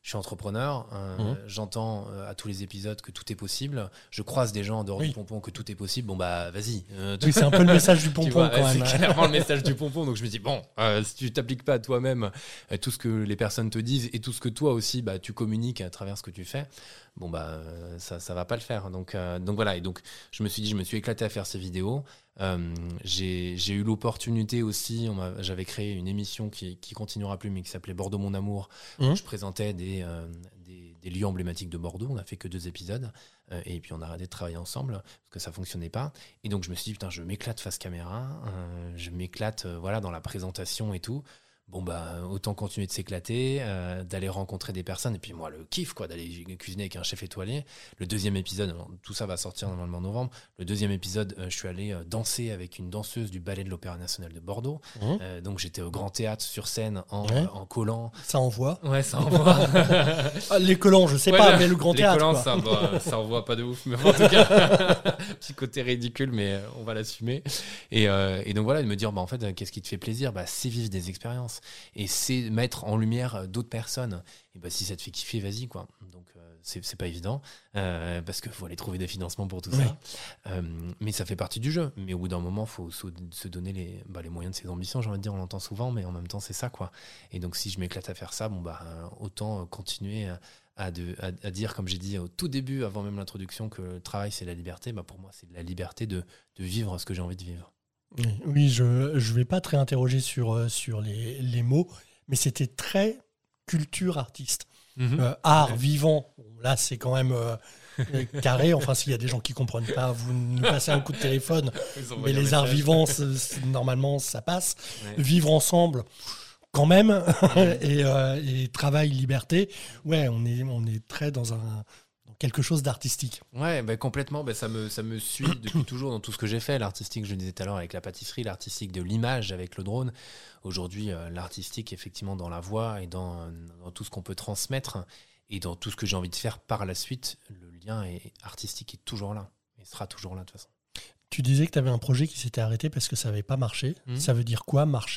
je suis entrepreneur, euh, mmh. j'entends euh, à tous les épisodes que tout est possible, je croise des gens en dehors oui. du pompon que tout est possible, bon bah vas-y. Euh, oui, c'est un peu le message du pompon vois, quand c'est même. C'est clairement le message du pompon, donc je me dis bon, euh, si tu t'appliques pas à toi-même euh, tout ce que les personnes te disent et tout ce que toi aussi bah, tu communiques à travers ce que tu fais, bon bah euh, ça ça va pas le faire. Donc euh, donc voilà, et donc je me suis dit, je me suis éclaté à faire ces vidéos. Euh, j'ai, j'ai eu l'opportunité aussi, on m'a, j'avais créé une émission qui, qui continuera plus mais qui s'appelait Bordeaux mon amour, mmh. où je présentais des, euh, des, des lieux emblématiques de Bordeaux. On n'a fait que deux épisodes euh, et puis on a arrêté de travailler ensemble parce que ça fonctionnait pas, et donc je me suis dit putain, je m'éclate face caméra, euh, je m'éclate euh, voilà, dans la présentation et tout. Bon bah autant continuer de s'éclater, euh, d'aller rencontrer des personnes, et puis moi le kiff quoi, d'aller cuisiner avec un chef étoilé. Le deuxième épisode, alors, tout ça va sortir normalement en novembre. Le deuxième épisode, euh, je suis allé euh, danser avec une danseuse du ballet de l'Opéra National de Bordeaux. Mmh. Euh, donc j'étais au Grand Théâtre sur scène en, ouais. euh, en collant. Ça envoie. Ouais, ça envoie. ah, les collants, je sais ouais, pas, le, mais le Grand les Théâtre. Les collants, quoi. ça envoie, ça envoie pas de ouf, mais en tout cas, petit côté ridicule, mais euh, on va l'assumer. Et, euh, et donc voilà, de me dire bah en fait, euh, qu'est-ce qui te fait plaisir, bah c'est vivre des expériences, et c'est mettre en lumière d'autres personnes. Et bah si ça te fait kiffer, vas-y quoi. Donc euh, c'est c'est pas évident euh, parce qu'il faut aller trouver des financements pour tout oui. ça. Euh, mais ça fait partie du jeu. Mais au bout d'un moment, faut se, se donner les bah, les moyens de ses ambitions. J'ai envie de dire, on l'entend souvent, mais en même temps c'est ça quoi. Et donc si je m'éclate à faire ça, bon bah autant continuer à, à, de, à, à dire, comme j'ai dit au tout début, avant même l'introduction, que le travail c'est la liberté. Bah pour moi c'est la liberté de de vivre ce que j'ai envie de vivre. Oui, oui je je vais pas très interroger sur sur les les mots. Mais c'était très culture artiste. Mmh. Euh, art ouais. vivant, là c'est quand même euh, carré. Enfin, s'il y a des gens qui ne comprennent pas, vous nous passez un coup de téléphone. Mais les arts vivants, c'est, c'est, normalement, ça passe. Ouais. Vivre ensemble, quand même. Mmh. et, euh, et travail, liberté. Ouais, on est, on est très dans un... quelque chose d'artistique. Ouais, bah complètement. Bah ça me ça me suit depuis toujours dans tout ce que j'ai fait. L'artistique, je le disais tout à l'heure avec la pâtisserie, l'artistique de l'image avec le drone. Aujourd'hui, euh, l'artistique effectivement dans la voix et dans, dans tout ce qu'on peut transmettre et dans tout ce que j'ai envie de faire par la suite. Le lien est artistique est toujours là et sera toujours là de toute façon. Tu disais que tu avais un projet qui s'était arrêté parce que ça n'avait pas marché. Mmh. Ça veut dire quoi marcher ?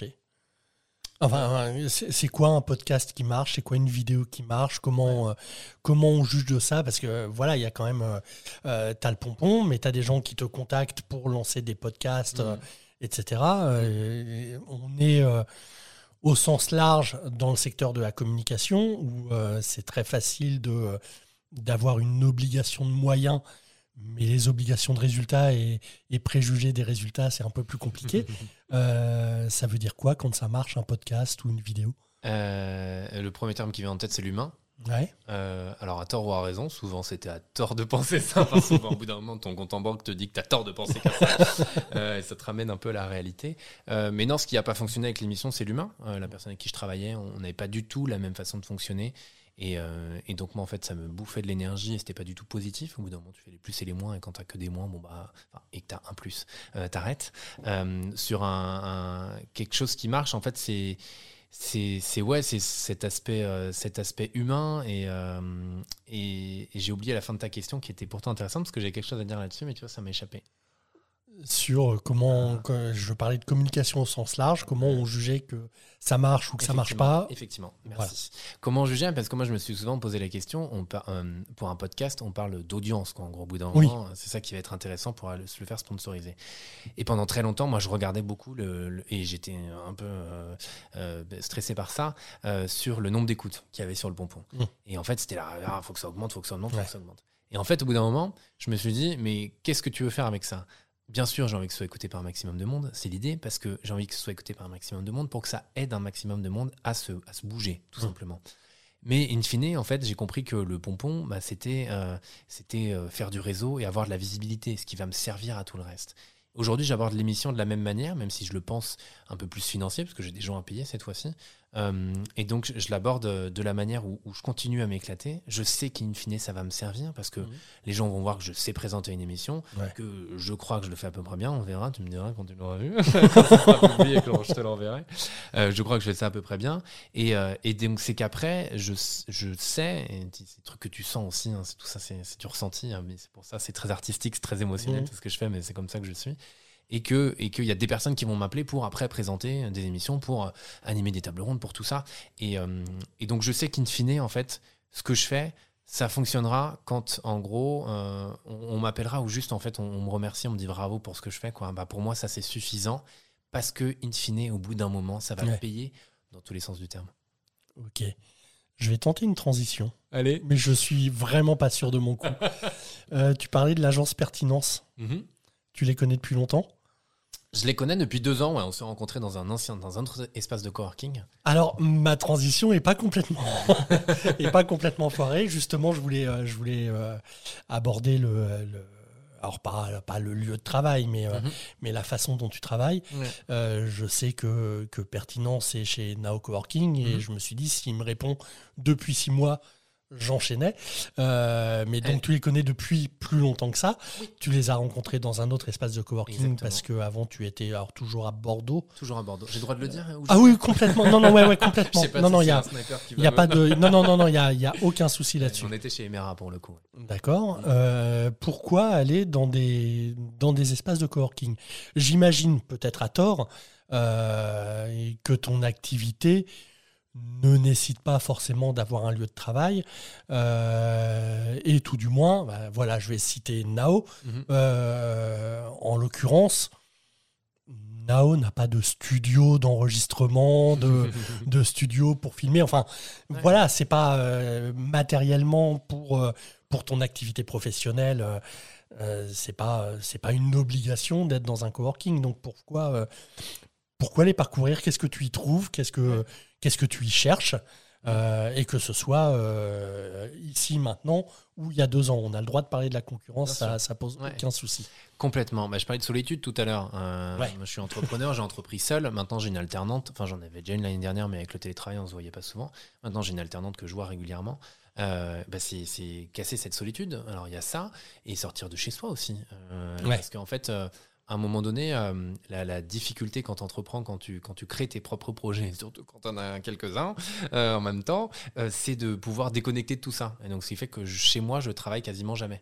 Enfin, c'est, c'est quoi un podcast qui marche ? C'est quoi une vidéo qui marche ? Comment, ouais. euh, comment on juge de ça ? Parce que voilà, il y a quand même, euh, t'as le pompon, mais t'as des gens qui te contactent pour lancer des podcasts, mmh. euh, et cetera. Euh, on est euh, au sens large dans le secteur de la communication où euh, c'est très facile de, d'avoir une obligation de moyens, mais les obligations de résultats et, et préjugés des résultats, c'est un peu plus compliqué. euh, ça veut dire quoi quand ça marche, un podcast ou une vidéo ? euh, Le premier terme qui vient en tête, c'est l'humain. Ouais. Euh, alors, à tort ou à raison, souvent c'était à tort de penser ça, parce qu'au bout d'un moment, ton compte en banque te dit que tu as tort de penser comme ça. euh, et ça te ramène un peu à la réalité. Euh, mais non, ce qui n'a pas fonctionné avec l'émission, c'est l'humain. Euh, la personne avec qui je travaillais, on n'avait pas du tout la même façon de fonctionner. Et, euh, et donc moi en fait ça me bouffait de l'énergie et c'était pas du tout positif. Au bout d'un moment tu fais les plus et les moins, et quand t'as que des moins, bon bah et que t'as un plus, euh, t'arrêtes. Euh, sur un, un quelque chose qui marche en fait c'est c'est c'est ouais c'est cet aspect euh, cet aspect humain et, euh, et et j'ai oublié la fin de ta question qui était pourtant intéressante parce que j'ai quelque chose à dire là-dessus, mais tu vois ça m'a échappé. Sur comment, ah. je parlais de communication au sens large, comment on jugeait que ça marche ou que ça marche pas. Effectivement, merci. Voilà. Comment juger ? Parce que moi, je me suis souvent posé la question, on par, euh, pour un podcast, on parle d'audience, quoi, en gros, au bout d'un oui. moment, c'est ça qui va être intéressant pour aller, se le faire sponsoriser. Et pendant très longtemps, moi, je regardais beaucoup, le, le, et j'étais un peu euh, euh, stressé par ça, euh, sur le nombre d'écoutes qu'il y avait sur le pompon. Mmh. Et en fait, c'était là, il ah, faut que ça augmente, il faut que ça augmente, il ouais. faut que ça augmente. Et en fait, au bout d'un moment, je me suis dit, mais qu'est-ce que tu veux faire avec ça ? Bien sûr, j'ai envie que ce soit écouté par un maximum de monde, c'est l'idée, parce que j'ai envie que ce soit écouté par un maximum de monde pour que ça aide un maximum de monde à se, à se bouger, tout mmh. simplement. Mais in fine, en fait, j'ai compris que le pompon, bah, c'était, euh, c'était euh, faire du réseau et avoir de la visibilité, ce qui va me servir à tout le reste. Aujourd'hui, j'aborde l'émission de la même manière, même si je le pense un peu plus financier, parce que j'ai des gens à payer cette fois-ci. Euh, et donc, je, je l'aborde de la manière où, où je continue à m'éclater. Je sais qu'in fine, ça va me servir, parce que mmh. les gens vont voir que je sais présenter une émission, ouais. que je crois que je le fais à peu près bien. On verra, tu me diras quand tu l'auras vu, quand ça sera publié, quand je te l'enverrai. Euh, je crois que je fais ça à peu près bien. Et, euh, et donc, c'est qu'après, je, je sais, et c'est des trucs que tu sens aussi, hein, c'est, tout ça, c'est, c'est du ressenti, hein, mais c'est pour ça, c'est très artistique, c'est très émotionnel, mmh. tout ce que je fais, mais c'est comme ça que je suis. Et que et qu'il y a des personnes qui vont m'appeler pour après présenter des émissions, pour euh, animer des tables rondes, pour tout ça. Et, euh, et donc je sais qu'in fine, en fait, ce que je fais, ça fonctionnera quand, en gros, euh, on, on m'appellera ou juste, en fait, on, on me remercie, on me dit bravo pour ce que je fais, quoi. Bah, pour moi, ça, c'est suffisant parce que, in fine, au bout d'un moment, ça va Ouais. me payer dans tous les sens du terme. Ok. Je vais tenter une transition, Allez. mais je suis vraiment pas sûr de mon coup. Euh, tu parlais de l'agence Pertinence. Mm-hmm. Tu les connais depuis longtemps? Je les connais depuis deux ans. Ouais, on s'est rencontrés dans un ancien, dans un autre espace de coworking. Alors, ma transition est pas complètement, est pas complètement foirée. Justement, je voulais, euh, je voulais euh, aborder le, le, alors pas, pas le lieu de travail, mais, euh, Mm-hmm. mais la façon dont tu travailles. Ouais. Euh, je sais que, que Pertinence est chez Nao Coworking et Mm-hmm. je me suis dit, s'il me répond depuis six mois, j'enchaînais. Euh, mais donc, Eh. tu les connais depuis plus longtemps que ça. Oui. Tu les as rencontrés dans un autre espace de coworking. Exactement. Parce qu'avant, tu étais alors, toujours à Bordeaux. Toujours à Bordeaux. J'ai le droit de le dire ou Ah oui, complètement. Non, non, ouais, ouais, complètement. Je sais pas non, si non, c'est il y a, un sniper qui il y a va pas me- de, non, non, non, non, il y a, il y a aucun souci là-dessus. On était chez Emera pour le coup. D'accord. Euh, pourquoi aller dans des, dans des espaces de coworking? J'imagine, peut-être à tort, euh, que ton activité ne nécessite pas forcément d'avoir un lieu de travail. Euh, et tout du moins, bah, voilà, je vais citer Nao. Mhm. Euh, en l'occurrence, Nao n'a pas de studio d'enregistrement, de, de studio pour filmer. Enfin, Ouais. voilà, c'est pas euh, matériellement pour, euh, pour ton activité professionnelle. Euh, euh, c'est pas, c'est pas une obligation d'être dans un coworking. Donc pourquoi, euh, pourquoi les parcourir? Qu'est-ce que tu y trouves? Qu'est-ce que, qu'est-ce que tu y cherches? Euh, et que ce soit euh, ici, maintenant, ou il y a deux ans. On a le droit de parler de la concurrence, Bien ça, sûr. ça pose Ouais. aucun souci. Complètement. Bah, je parlais de solitude tout à l'heure. Euh, Ouais. Moi, je suis entrepreneur, j'ai entrepris seul. Maintenant, j'ai une alternante. Enfin, j'en avais déjà une l'année dernière, mais avec le télétravail, on se voyait pas souvent. Maintenant, j'ai une alternante que je vois régulièrement. Euh, bah, c'est, c'est casser cette solitude. Alors, il y a ça et sortir de chez soi aussi. Euh, Ouais. Parce qu'en fait, euh, à un moment donné, euh, la, la difficulté quand tu entreprends, quand tu, quand tu crées tes propres projets, surtout quand tu en as quelques-uns euh, en même temps, euh, c'est de pouvoir déconnecter de tout ça. Et donc, ce qui fait que je- chez moi, je travaille quasiment jamais.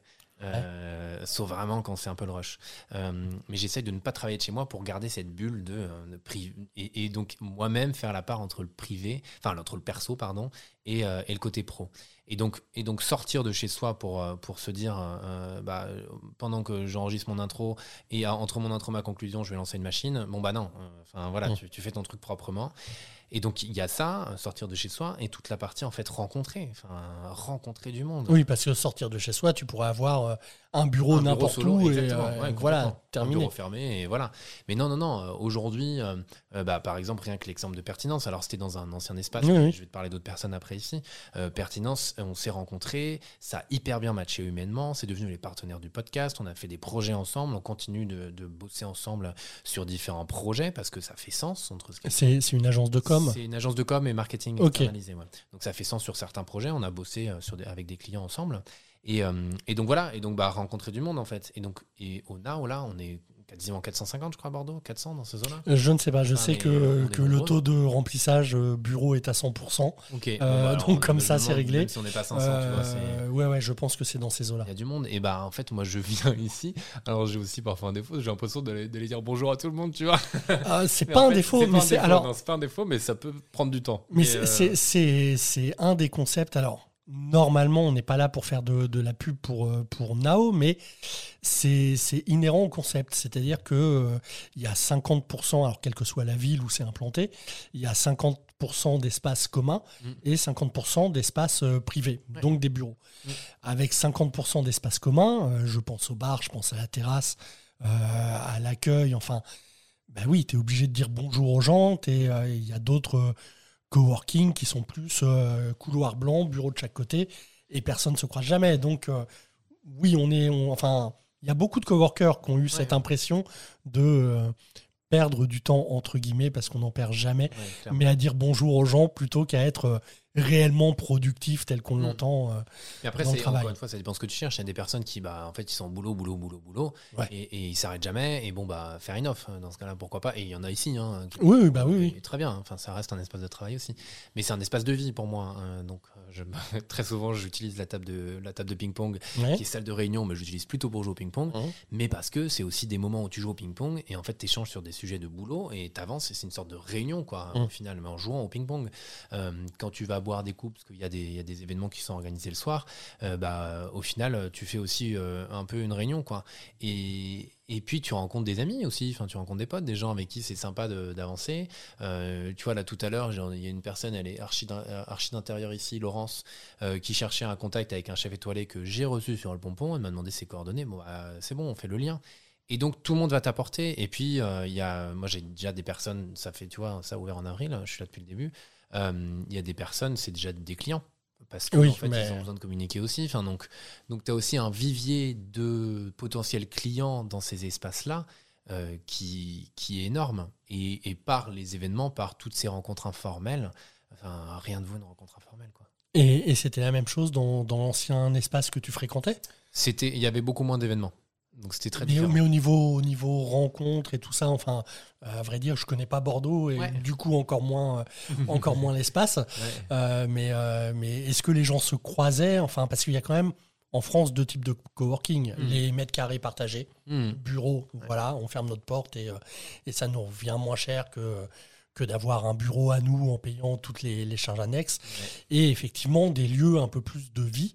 Euh, sauf vraiment quand c'est un peu le rush. Euh, mais j'essaie de ne pas travailler de chez moi pour garder cette bulle de, euh, de privé et, et donc moi-même faire la part entre le privé, enfin entre le perso pardon et, euh, et le côté pro. Et donc et donc sortir de chez soi pour euh, pour se dire euh, bah pendant que j'enregistre mon intro et euh, entre mon intro et ma conclusion je vais lancer une machine. Bon bah non. Enfin voilà, Mmh. tu, tu fais ton truc proprement. Et donc il y a ça, sortir de chez soi, et toute la partie en fait rencontrer, enfin rencontrer du monde. Oui, parce que sortir de chez soi, tu pourrais avoir euh, un bureau Un bureau n'importe solo, où et exactement, euh, ouais, voilà, complètement. Un terminé. bureau fermé et voilà. Mais non, non, non. euh, Aujourd'hui, euh, euh, bah, par exemple, rien que l'exemple de Pertinence. Alors, c'était dans un ancien espace. Oui, mais oui. Je vais te parler d'autres personnes après ici. Euh, Pertinence, on s'est rencontrés. Ça a hyper bien matché humainement. C'est devenu les partenaires du podcast. On a fait des projets ensemble. On continue de, de bosser ensemble sur différents projets parce que ça fait sens entre ce qui C'est c'est une agence de com. c'est une agence de com et marketing Ok. externalisé. Ouais. Donc ça fait sens sur certains projets. On a bossé euh, sur des- avec des clients ensemble. Et, euh, et donc voilà, et donc bah, rencontrer du monde en fait. Et donc et au Nao là, on est quasiment quatre cent cinquante, je crois, à Bordeaux, quatre cents dans ces eaux-là. Euh, Je ne sais pas, je Ah, sais mais que, on est que le nombreux. taux de remplissage euh, bureau est à cent pour cent. Ok. Euh, alors, donc, comme le ça, c'est monde, réglé. Même si on n'est pas cinq cents, tu vois, c'est. Euh, ouais, ouais, je pense que c'est dans ces eaux-là. Il y a du monde. Et bah en fait, moi je viens ici. Alors j'ai aussi parfois un défaut. J'ai l'impression d'aller, d'aller dire bonjour à tout le monde, tu vois. Ah, c'est Mais pas en un fait, défaut, c'est pas mais un c'est défaut. alors. Non, c'est pas un défaut, mais ça peut prendre du temps. Mais Et, c'est- euh, c'est- c'est c'est un des concepts. Alors, normalement, on n'est pas là pour faire de, de la pub pour, euh, pour Nao, mais c'est c'est inhérent au concept. C'est-à-dire qu'il euh, y a cinquante pour cent, alors quelle que soit la ville où c'est implanté, il y a cinquante pour cent d'espaces communs Mm. et cinquante pour cent d'espaces euh, privés, Ouais. donc des bureaux. Mm. Avec cinquante pour cent d'espaces communs, euh, je pense au bar, je pense à la terrasse, euh, à l'accueil, enfin, ben oui, tu es obligé de dire bonjour aux gens. t'es, euh, Il y a d'autres euh, coworking qui sont plus euh, couloir blanc, bureau de chaque côté, et personne ne se croise jamais. Donc, euh, oui, on est. on- enfin, il y a beaucoup de coworkers qui ont eu cette impression de euh, perdre du temps, entre guillemets, parce qu'on n'en perd jamais, ouais, clairement. mais à dire bonjour aux gens plutôt qu'à être euh, réellement productif tel qu'on Mm. l'entend. euh, Mais après, dans le c'est, travail. encore une fois, ça dépend ce que tu cherches. Il y a des personnes qui, bah, en fait, ils sont boulot, boulot, boulot, boulot, Ouais. et, et ils s'arrêtent jamais. Et bon, bah, faire une offre, dans ce cas-là, pourquoi pas. Et il y en a ici. Hein, qui- Oui, oui, bah oui, et oui. Très bien. Enfin, ça reste un espace de travail aussi. Mais c'est un espace de vie pour moi. hein. Donc, euh, je, très souvent, j'utilise la table de, la table de ping-pong, Ouais. qui est salle de réunion, mais j'utilise plutôt pour jouer au ping-pong. Mhm. Mais parce que c'est aussi des moments où tu joues au ping-pong et en fait, tu échanges sur des sujets de boulot et tu avances. C'est une sorte de réunion, quoi, Mhm. au final, mais en jouant au ping-pong. Euh, quand tu vas boire des coups parce qu'il y a des, il y a des événements qui sont organisés le soir, euh, bah, au final, tu fais aussi euh, un peu une réunion, quoi. Et, et puis, tu rencontres des amis aussi, enfin, tu rencontres des potes, des gens avec qui c'est sympa de, d'avancer. Euh, tu vois, là, tout à l'heure, genre, il y a une personne, elle est archi, archi d'intérieur ici, Laurence, euh, qui cherchait un contact avec un chef étoilé que j'ai reçu sur le pompon. Elle m'a demandé ses coordonnées. Bon, bah, c'est bon, on fait le lien. Et donc, tout le monde va t'apporter. Et puis, euh, y a, moi, j'ai déjà des personnes, ça fait, tu vois, ça a ouvert en avril, je suis là depuis le début. Il euh, y a des personnes, c'est déjà des clients. Parce qu'en oui, fait, mais... ils ont besoin de communiquer aussi. Enfin, donc, donc tu as aussi un vivier de potentiels clients dans ces espaces-là euh, qui, qui est énorme. Et, et par les événements, par toutes ces rencontres informelles, enfin, rien de vaut une rencontre informelle, quoi. Et, et c'était la même chose dans, dans l'ancien espace que tu fréquentais ? C'était, il y avait beaucoup moins d'événements. Donc c'était très mais, différent. Mais au niveau, au niveau rencontres et tout ça, enfin, à vrai dire, je connais pas Bordeaux et ouais. du coup encore moins, encore moins l'espace. Ouais. Euh, mais, euh, mais est-ce que les gens se croisaient ? Enfin, parce qu'il y a quand même en France deux types de coworking, mmh. les mètres carrés partagés, mmh. bureau, ouais. voilà, on ferme notre porte et, euh, et ça nous revient moins cher que que d'avoir un bureau à nous en payant toutes les, les charges annexes. Ouais. Et effectivement, des lieux un peu plus de vie.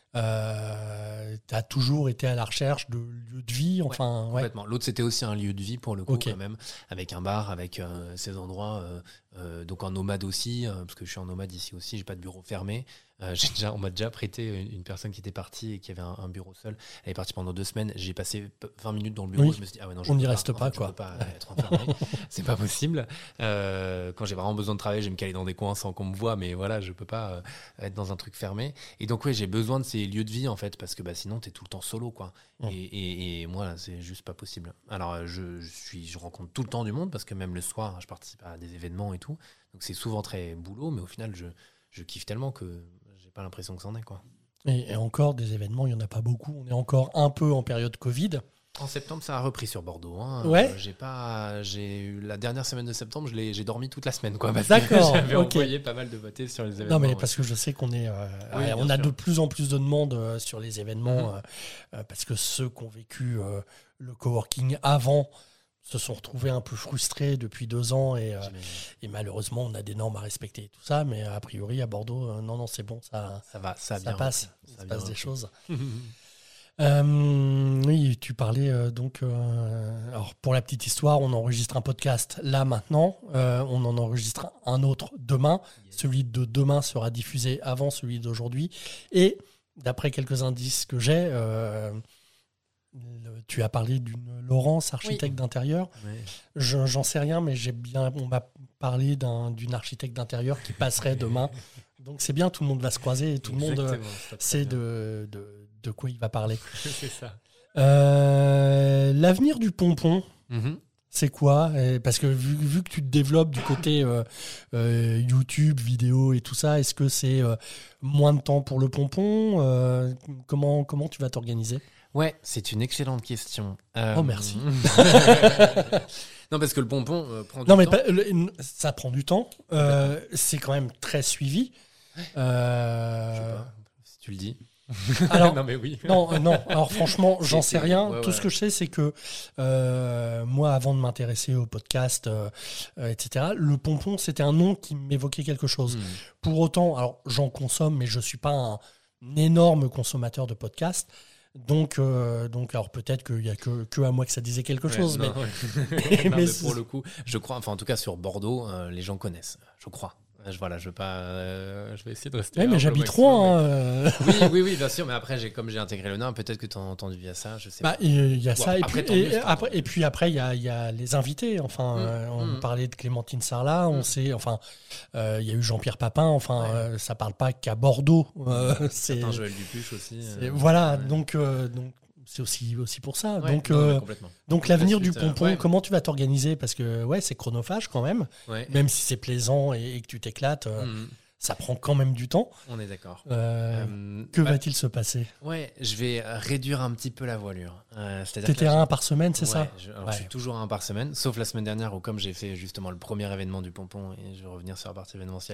Euh, tu as toujours été à la recherche de lieux de vie, enfin ouais, complètement. Ouais. L'autre c'était aussi un lieu de vie pour le coup, okay. quand même, avec un bar, avec euh, ces endroits, euh, euh, donc en nomade aussi, euh, parce que je suis en nomade ici aussi, j'ai pas de bureau fermé. Euh, j'ai déjà, on m'a déjà prêté une, une personne qui était partie et qui avait un, un bureau seul. Elle est partie pendant deux semaines. J'ai passé vingt minutes dans le bureau. Oui. Je me suis dit, ah ouais, non, je on n'y pas, reste pas, en fait, quoi. Je peux pas être enfermé. C'est pas possible. Euh, quand j'ai vraiment besoin de travailler, je vais me caler dans des coins sans qu'on me voie, mais voilà, je peux pas euh, être dans un truc fermé. Et donc, oui, j'ai besoin de ces lieux de vie, en fait, parce que bah, sinon, t'es tout le temps solo, quoi. Mmh. Et, et, et moi, là, c'est juste pas possible. Alors, je, je, suis, je rencontre tout le temps du monde, parce que même le soir, je participe à des événements et tout. Donc, c'est souvent très boulot, mais au final, je, je kiffe tellement que pas l'impression que c'en est, quoi. Et, et encore, des événements, il n'y en a pas beaucoup. On est encore un peu en période Covid. En septembre, ça a repris sur Bordeaux. Hein. Ouais. Euh, j'ai pas, j'ai eu la dernière semaine de septembre, je l'ai, j'ai dormi toute la semaine, quoi. Parce D'accord. Que j'avais okay. envoyé pas mal de voter sur les événements. Non, mais ouais. parce que je sais qu'on est, euh, oui, ouais, on a sûr. de plus en plus de demandes euh, sur les événements, mm-hmm. euh, parce que ceux qui ont vécu euh, le coworking avant se sont retrouvés un peu frustrés depuis deux ans et, euh, et malheureusement on a des normes à respecter et tout ça, mais a priori à Bordeaux euh, non non c'est bon, ça ça va ça, ça bien passe ça, ça ça passe bien des choses. euh, oui, tu parlais euh, donc euh, alors pour la petite histoire, on enregistre un podcast là maintenant, euh, on en enregistre un autre demain, yes. Celui de demain sera diffusé avant celui d'aujourd'hui et d'après quelques indices que j'ai, euh, Le, tu as parlé d'une Laurence, architecte oui. d'intérieur. Oui. Je, j'en sais rien, mais j'ai bien, on m'a parlé d'un, d'une architecte d'intérieur qui passerait demain. Donc c'est bien, tout le monde va se croiser et tout Exactement, le monde euh, sait de, de, de quoi il va parler. C'est ça. Euh, l'avenir du pompon, mm-hmm. c'est quoi ? Parce que vu, vu que tu te développes du côté euh, euh, YouTube, vidéo et tout ça, est-ce que c'est euh, moins de temps pour le pompon ? euh, comment, comment tu vas t'organiser ? Ouais, c'est une excellente question. Euh... Oh, merci. Non, parce que le pompon euh, prend du non, mais temps. Pas, le, ça prend du temps. Euh, c'est quand même très suivi. Euh... Je sais pas, si tu le dis. Alors, non, mais oui. non, euh, non. Alors, franchement, j'en sais rien. Ouais, Tout ouais. ce que je sais, c'est que euh, moi, avant de m'intéresser au podcast, euh, euh, et cetera, le pompon, c'était un nom qui m'évoquait quelque chose. Hmm. Pour autant, alors, j'en consomme, mais je ne suis pas un, un énorme consommateur de podcasts. Donc, euh, donc, alors peut-être qu'il n'y a que, que à moi que ça disait quelque ouais, chose. Non, mais... ouais. non, mais pour le coup, je crois, enfin en tout cas sur Bordeaux, euh, les gens connaissent, je crois. Je, voilà, je vais pas, euh, je vais essayer de rester. Oui, mais j'habite Rouen. Mais... Hein. oui, oui, oui, bien sûr. Mais après, j'ai, comme j'ai intégré le Nord, peut-être que tu as entendu via ça, je sais bah, pas. Il y a ça, ouais, et, après, puis, et, mieux, après, et puis après, il y a, y a les invités. Enfin, mmh, euh, on mmh. parlait de Clémentine Sarlat, on mmh. sait, enfin, il euh, y a eu Jean-Pierre Papin. Enfin, ouais. euh, ça parle pas qu'à Bordeaux. Euh, c'est Certain Joël Dupuche aussi. Euh, voilà, ouais. donc, euh, donc. C'est aussi, aussi pour ça. Ouais, donc, non, euh, complètement. donc l'avenir suite, du pompon, euh, ouais. comment tu vas t'organiser ? Parce que ouais, c'est chronophage quand même. Ouais. Même si c'est plaisant et, et que tu t'éclates, euh, mmh. ça prend quand même du temps. On est d'accord. Euh, euh, que bah, va-t-il se passer ? Ouais, je vais réduire un petit peu la voilure. Euh, T'étais à un par semaine, c'est ouais, ça je, alors ouais. je suis toujours à un par semaine, sauf la semaine dernière où comme j'ai fait justement le premier événement du pompon et je vais revenir sur la partie événementielle.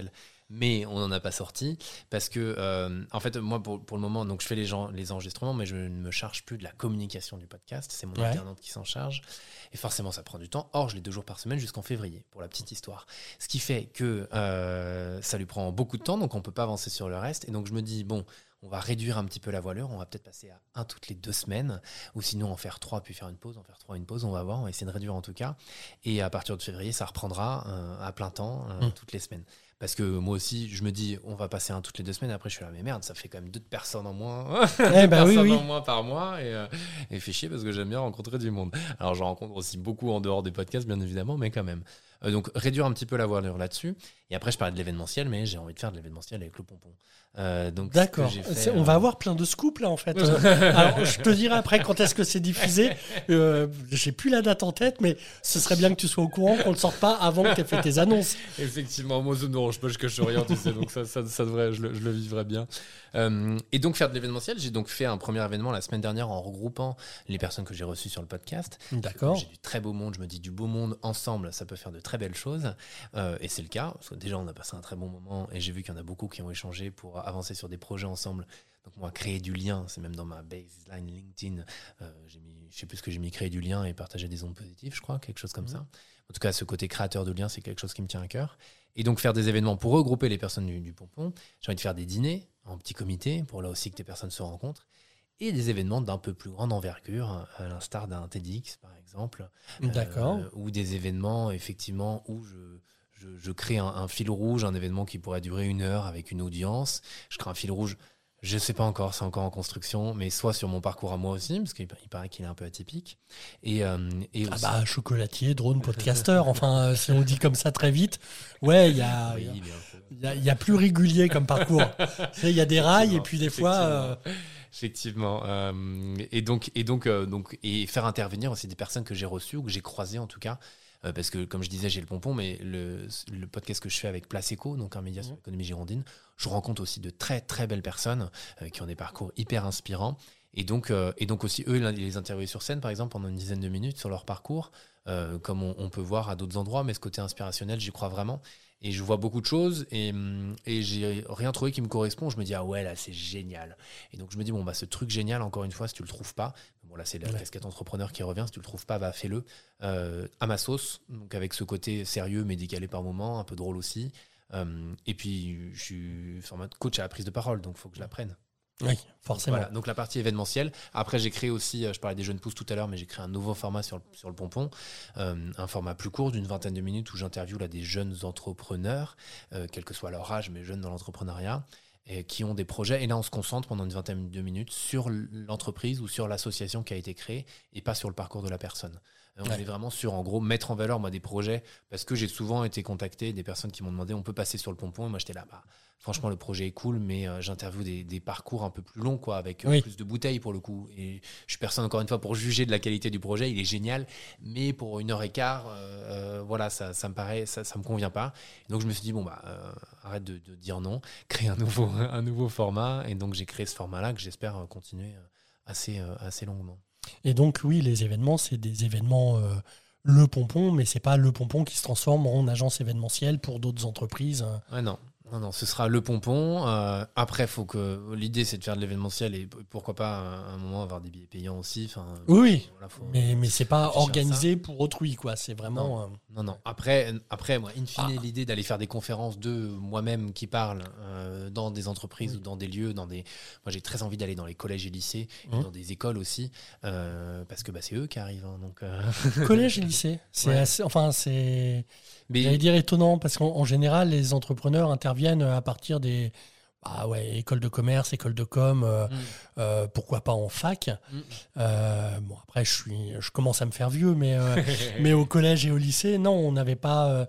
mais on n'en a pas sorti parce que, euh, en fait, moi, pour, pour le moment, donc je fais les, gens, les enregistrements, mais je ne me charge plus de la communication du podcast. C'est mon Ouais. alternante qui s'en charge. Et forcément, ça prend du temps. Or, je l'ai deux jours par semaine jusqu'en février, pour la petite histoire. Ce qui fait que euh, ça lui prend beaucoup de temps, donc on ne peut pas avancer sur le reste. Et donc, je me dis, bon, on va réduire un petit peu la voilure. On va peut-être passer à un toutes les deux semaines, ou sinon en faire trois, puis faire une pause, en faire trois, une pause. On va voir, on va essayer de réduire en tout cas. Et à partir de février, ça reprendra euh, à plein temps, euh, mmh. toutes les semaines. Parce que moi aussi, je me dis, on va passer un toutes les deux semaines. Après, je suis là, mais merde, ça fait quand même deux personnes en moins, eh deux bah personnes oui, oui. en moins par mois. Et, euh, et fait chier parce que j'aime bien rencontrer du monde. Alors, j'en rencontre aussi beaucoup en dehors des podcasts, bien évidemment, mais quand même. Euh, donc, réduire un petit peu la voilure là-dessus. Et après, je parlais de l'événementiel, mais j'ai envie de faire de l'événementiel avec le pompon. Euh, donc, D'accord. Fait, on euh... va avoir plein de scoops là en fait. Alors, je te dirai après quand est-ce que c'est diffusé. Euh, j'ai plus la date en tête, mais ce serait bien que tu sois au courant qu'on ne le sorte pas avant que tu aies fait tes annonces. Effectivement, moi, ça ne dérange pas, je cache rien, tu sais, donc ça, ça, ça devrait, je le, je le vivrais bien. Euh, et donc, faire de l'événementiel, j'ai donc fait un premier événement la semaine dernière en regroupant les personnes que j'ai reçues sur le podcast. D'accord. J'ai du très beau monde, je me dis du beau monde ensemble, ça peut faire de très belles choses. Euh, et c'est le cas, parce que déjà, on a passé un très bon moment et j'ai vu qu'il y en a beaucoup qui ont échangé pour avancer sur des projets ensemble. Donc moi, créer du lien, c'est même dans ma baseline LinkedIn. Euh, j'ai mis, je sais plus ce que j'ai mis, créer du lien et partager des ondes positives, je crois, quelque chose comme mmh. ça. En tout cas, ce côté créateur de lien, c'est quelque chose qui me tient à cœur. Et donc faire des événements pour regrouper les personnes du, du pompon. J'ai envie de faire des dîners en petit comité pour là aussi que des personnes se rencontrent. Et des événements d'un peu plus grande envergure, à l'instar d'un TEDx, par exemple. D'accord. Euh, ou des événements, effectivement, où je... Je, je crée un, un fil rouge, un événement qui pourrait durer une heure avec une audience. Je crée un fil rouge, je ne sais pas encore, c'est encore en construction, mais soit sur mon parcours à moi aussi, parce qu'il il paraît qu'il est un peu atypique. Et, euh, et ah aussi... bah, chocolatier, drone, podcaster, enfin, si on le dit comme ça très vite, ouais, il y a, oui, y, a, y a plus régulier comme parcours. Il y a des rails, et puis des fois... Euh... Effectivement. Euh, et donc, et, donc, euh, donc, et faire intervenir aussi des personnes que j'ai reçues, ou que j'ai croisées en tout cas, Euh, parce que, comme je disais, j'ai le pompon, mais le, le podcast que je fais avec Place Éco, donc un média sur l'économie girondine, je rencontre aussi de très, très belles personnes euh, qui ont des parcours hyper inspirants. Et donc, euh, et donc aussi, eux, les interviewer sur scène, par exemple, pendant une dizaine de minutes sur leur parcours, euh, comme on, on peut voir à d'autres endroits, mais ce côté inspirationnel, j'y crois vraiment. Et je vois beaucoup de choses et, et j'ai rien trouvé qui me correspond. Je me dis, ah ouais, là, c'est génial. Et donc, je me dis, bon, bah, ce truc génial, encore une fois, si tu le trouves pas, bon, là, c'est la ouais. casquette entrepreneur qui revient. Si tu le trouves pas, bah, fais-le euh, à ma sauce. Donc, avec ce côté sérieux, mais décalé par moment, un peu drôle aussi. Euh, et puis, je suis format coach à la prise de parole, donc il faut que je l'apprenne. Oui, forcément. Donc, voilà, donc la partie événementielle. Après, j'ai créé aussi, je parlais des jeunes pousses tout à l'heure, mais j'ai créé un nouveau format sur le, sur le pompon, euh, un format plus court d'une vingtaine de minutes où j'interviewe là, des jeunes entrepreneurs, euh, quel que soit leur âge, mais jeunes dans l'entrepreneuriat, et qui ont des projets. Et là, on se concentre pendant une vingtaine de minutes sur l'entreprise ou sur l'association qui a été créée et pas sur le parcours de la personne. On ouais. est vraiment sur, en gros, mettre en valeur moi, des projets, parce que j'ai souvent été contacté, des personnes qui m'ont demandé, on peut passer sur le pompon, et moi j'étais là, bah, franchement le projet est cool, mais euh, j'interviewe des, des parcours un peu plus longs, quoi, avec euh, oui. plus de bouteilles pour le coup, et je suis personne encore une fois pour juger de la qualité du projet, il est génial, mais pour une heure et quart, euh, voilà, ça, ça me paraît, ça, ça me convient pas, et donc je me suis dit, bon bah, euh, arrête de, de dire non, crée un nouveau, un nouveau format, et donc j'ai créé ce format-là que j'espère continuer assez, euh, assez longuement. Et donc, oui, les événements, c'est des événements euh, le pompon, mais c'est pas le pompon qui se transforme en agence événementielle pour d'autres entreprises. Ouais, non. Non, non, ce sera le pompon. Euh, après, faut que l'idée, c'est de faire de l'événementiel et pourquoi pas à un moment avoir des billets payants aussi. Oui, voilà, faut, mais, mais c'est pas organisé pour autrui, quoi. C'est vraiment. Non, euh... non, non. Après, après, moi, in fine, ah. l'idée d'aller faire des conférences de moi-même qui parle euh, dans des entreprises oui. ou dans des lieux, dans des. Moi, j'ai très envie d'aller dans les collèges et lycées, mmh. et dans des écoles aussi, euh, parce que bah, c'est eux qui arrivent. Hein, donc. Euh... Collège et lycée, c'est ouais. assez. Enfin, c'est. Mais... J'allais dire étonnant, parce qu'en en général, les entrepreneurs interviennent à partir des bah ouais, école de commerce, école de com, euh, mm. euh, pourquoi pas en fac. Mm. Euh, bon, après, je, suis, je commence à me faire vieux, mais, euh, mais au collège et au lycée, non, on n'avait pas... Euh,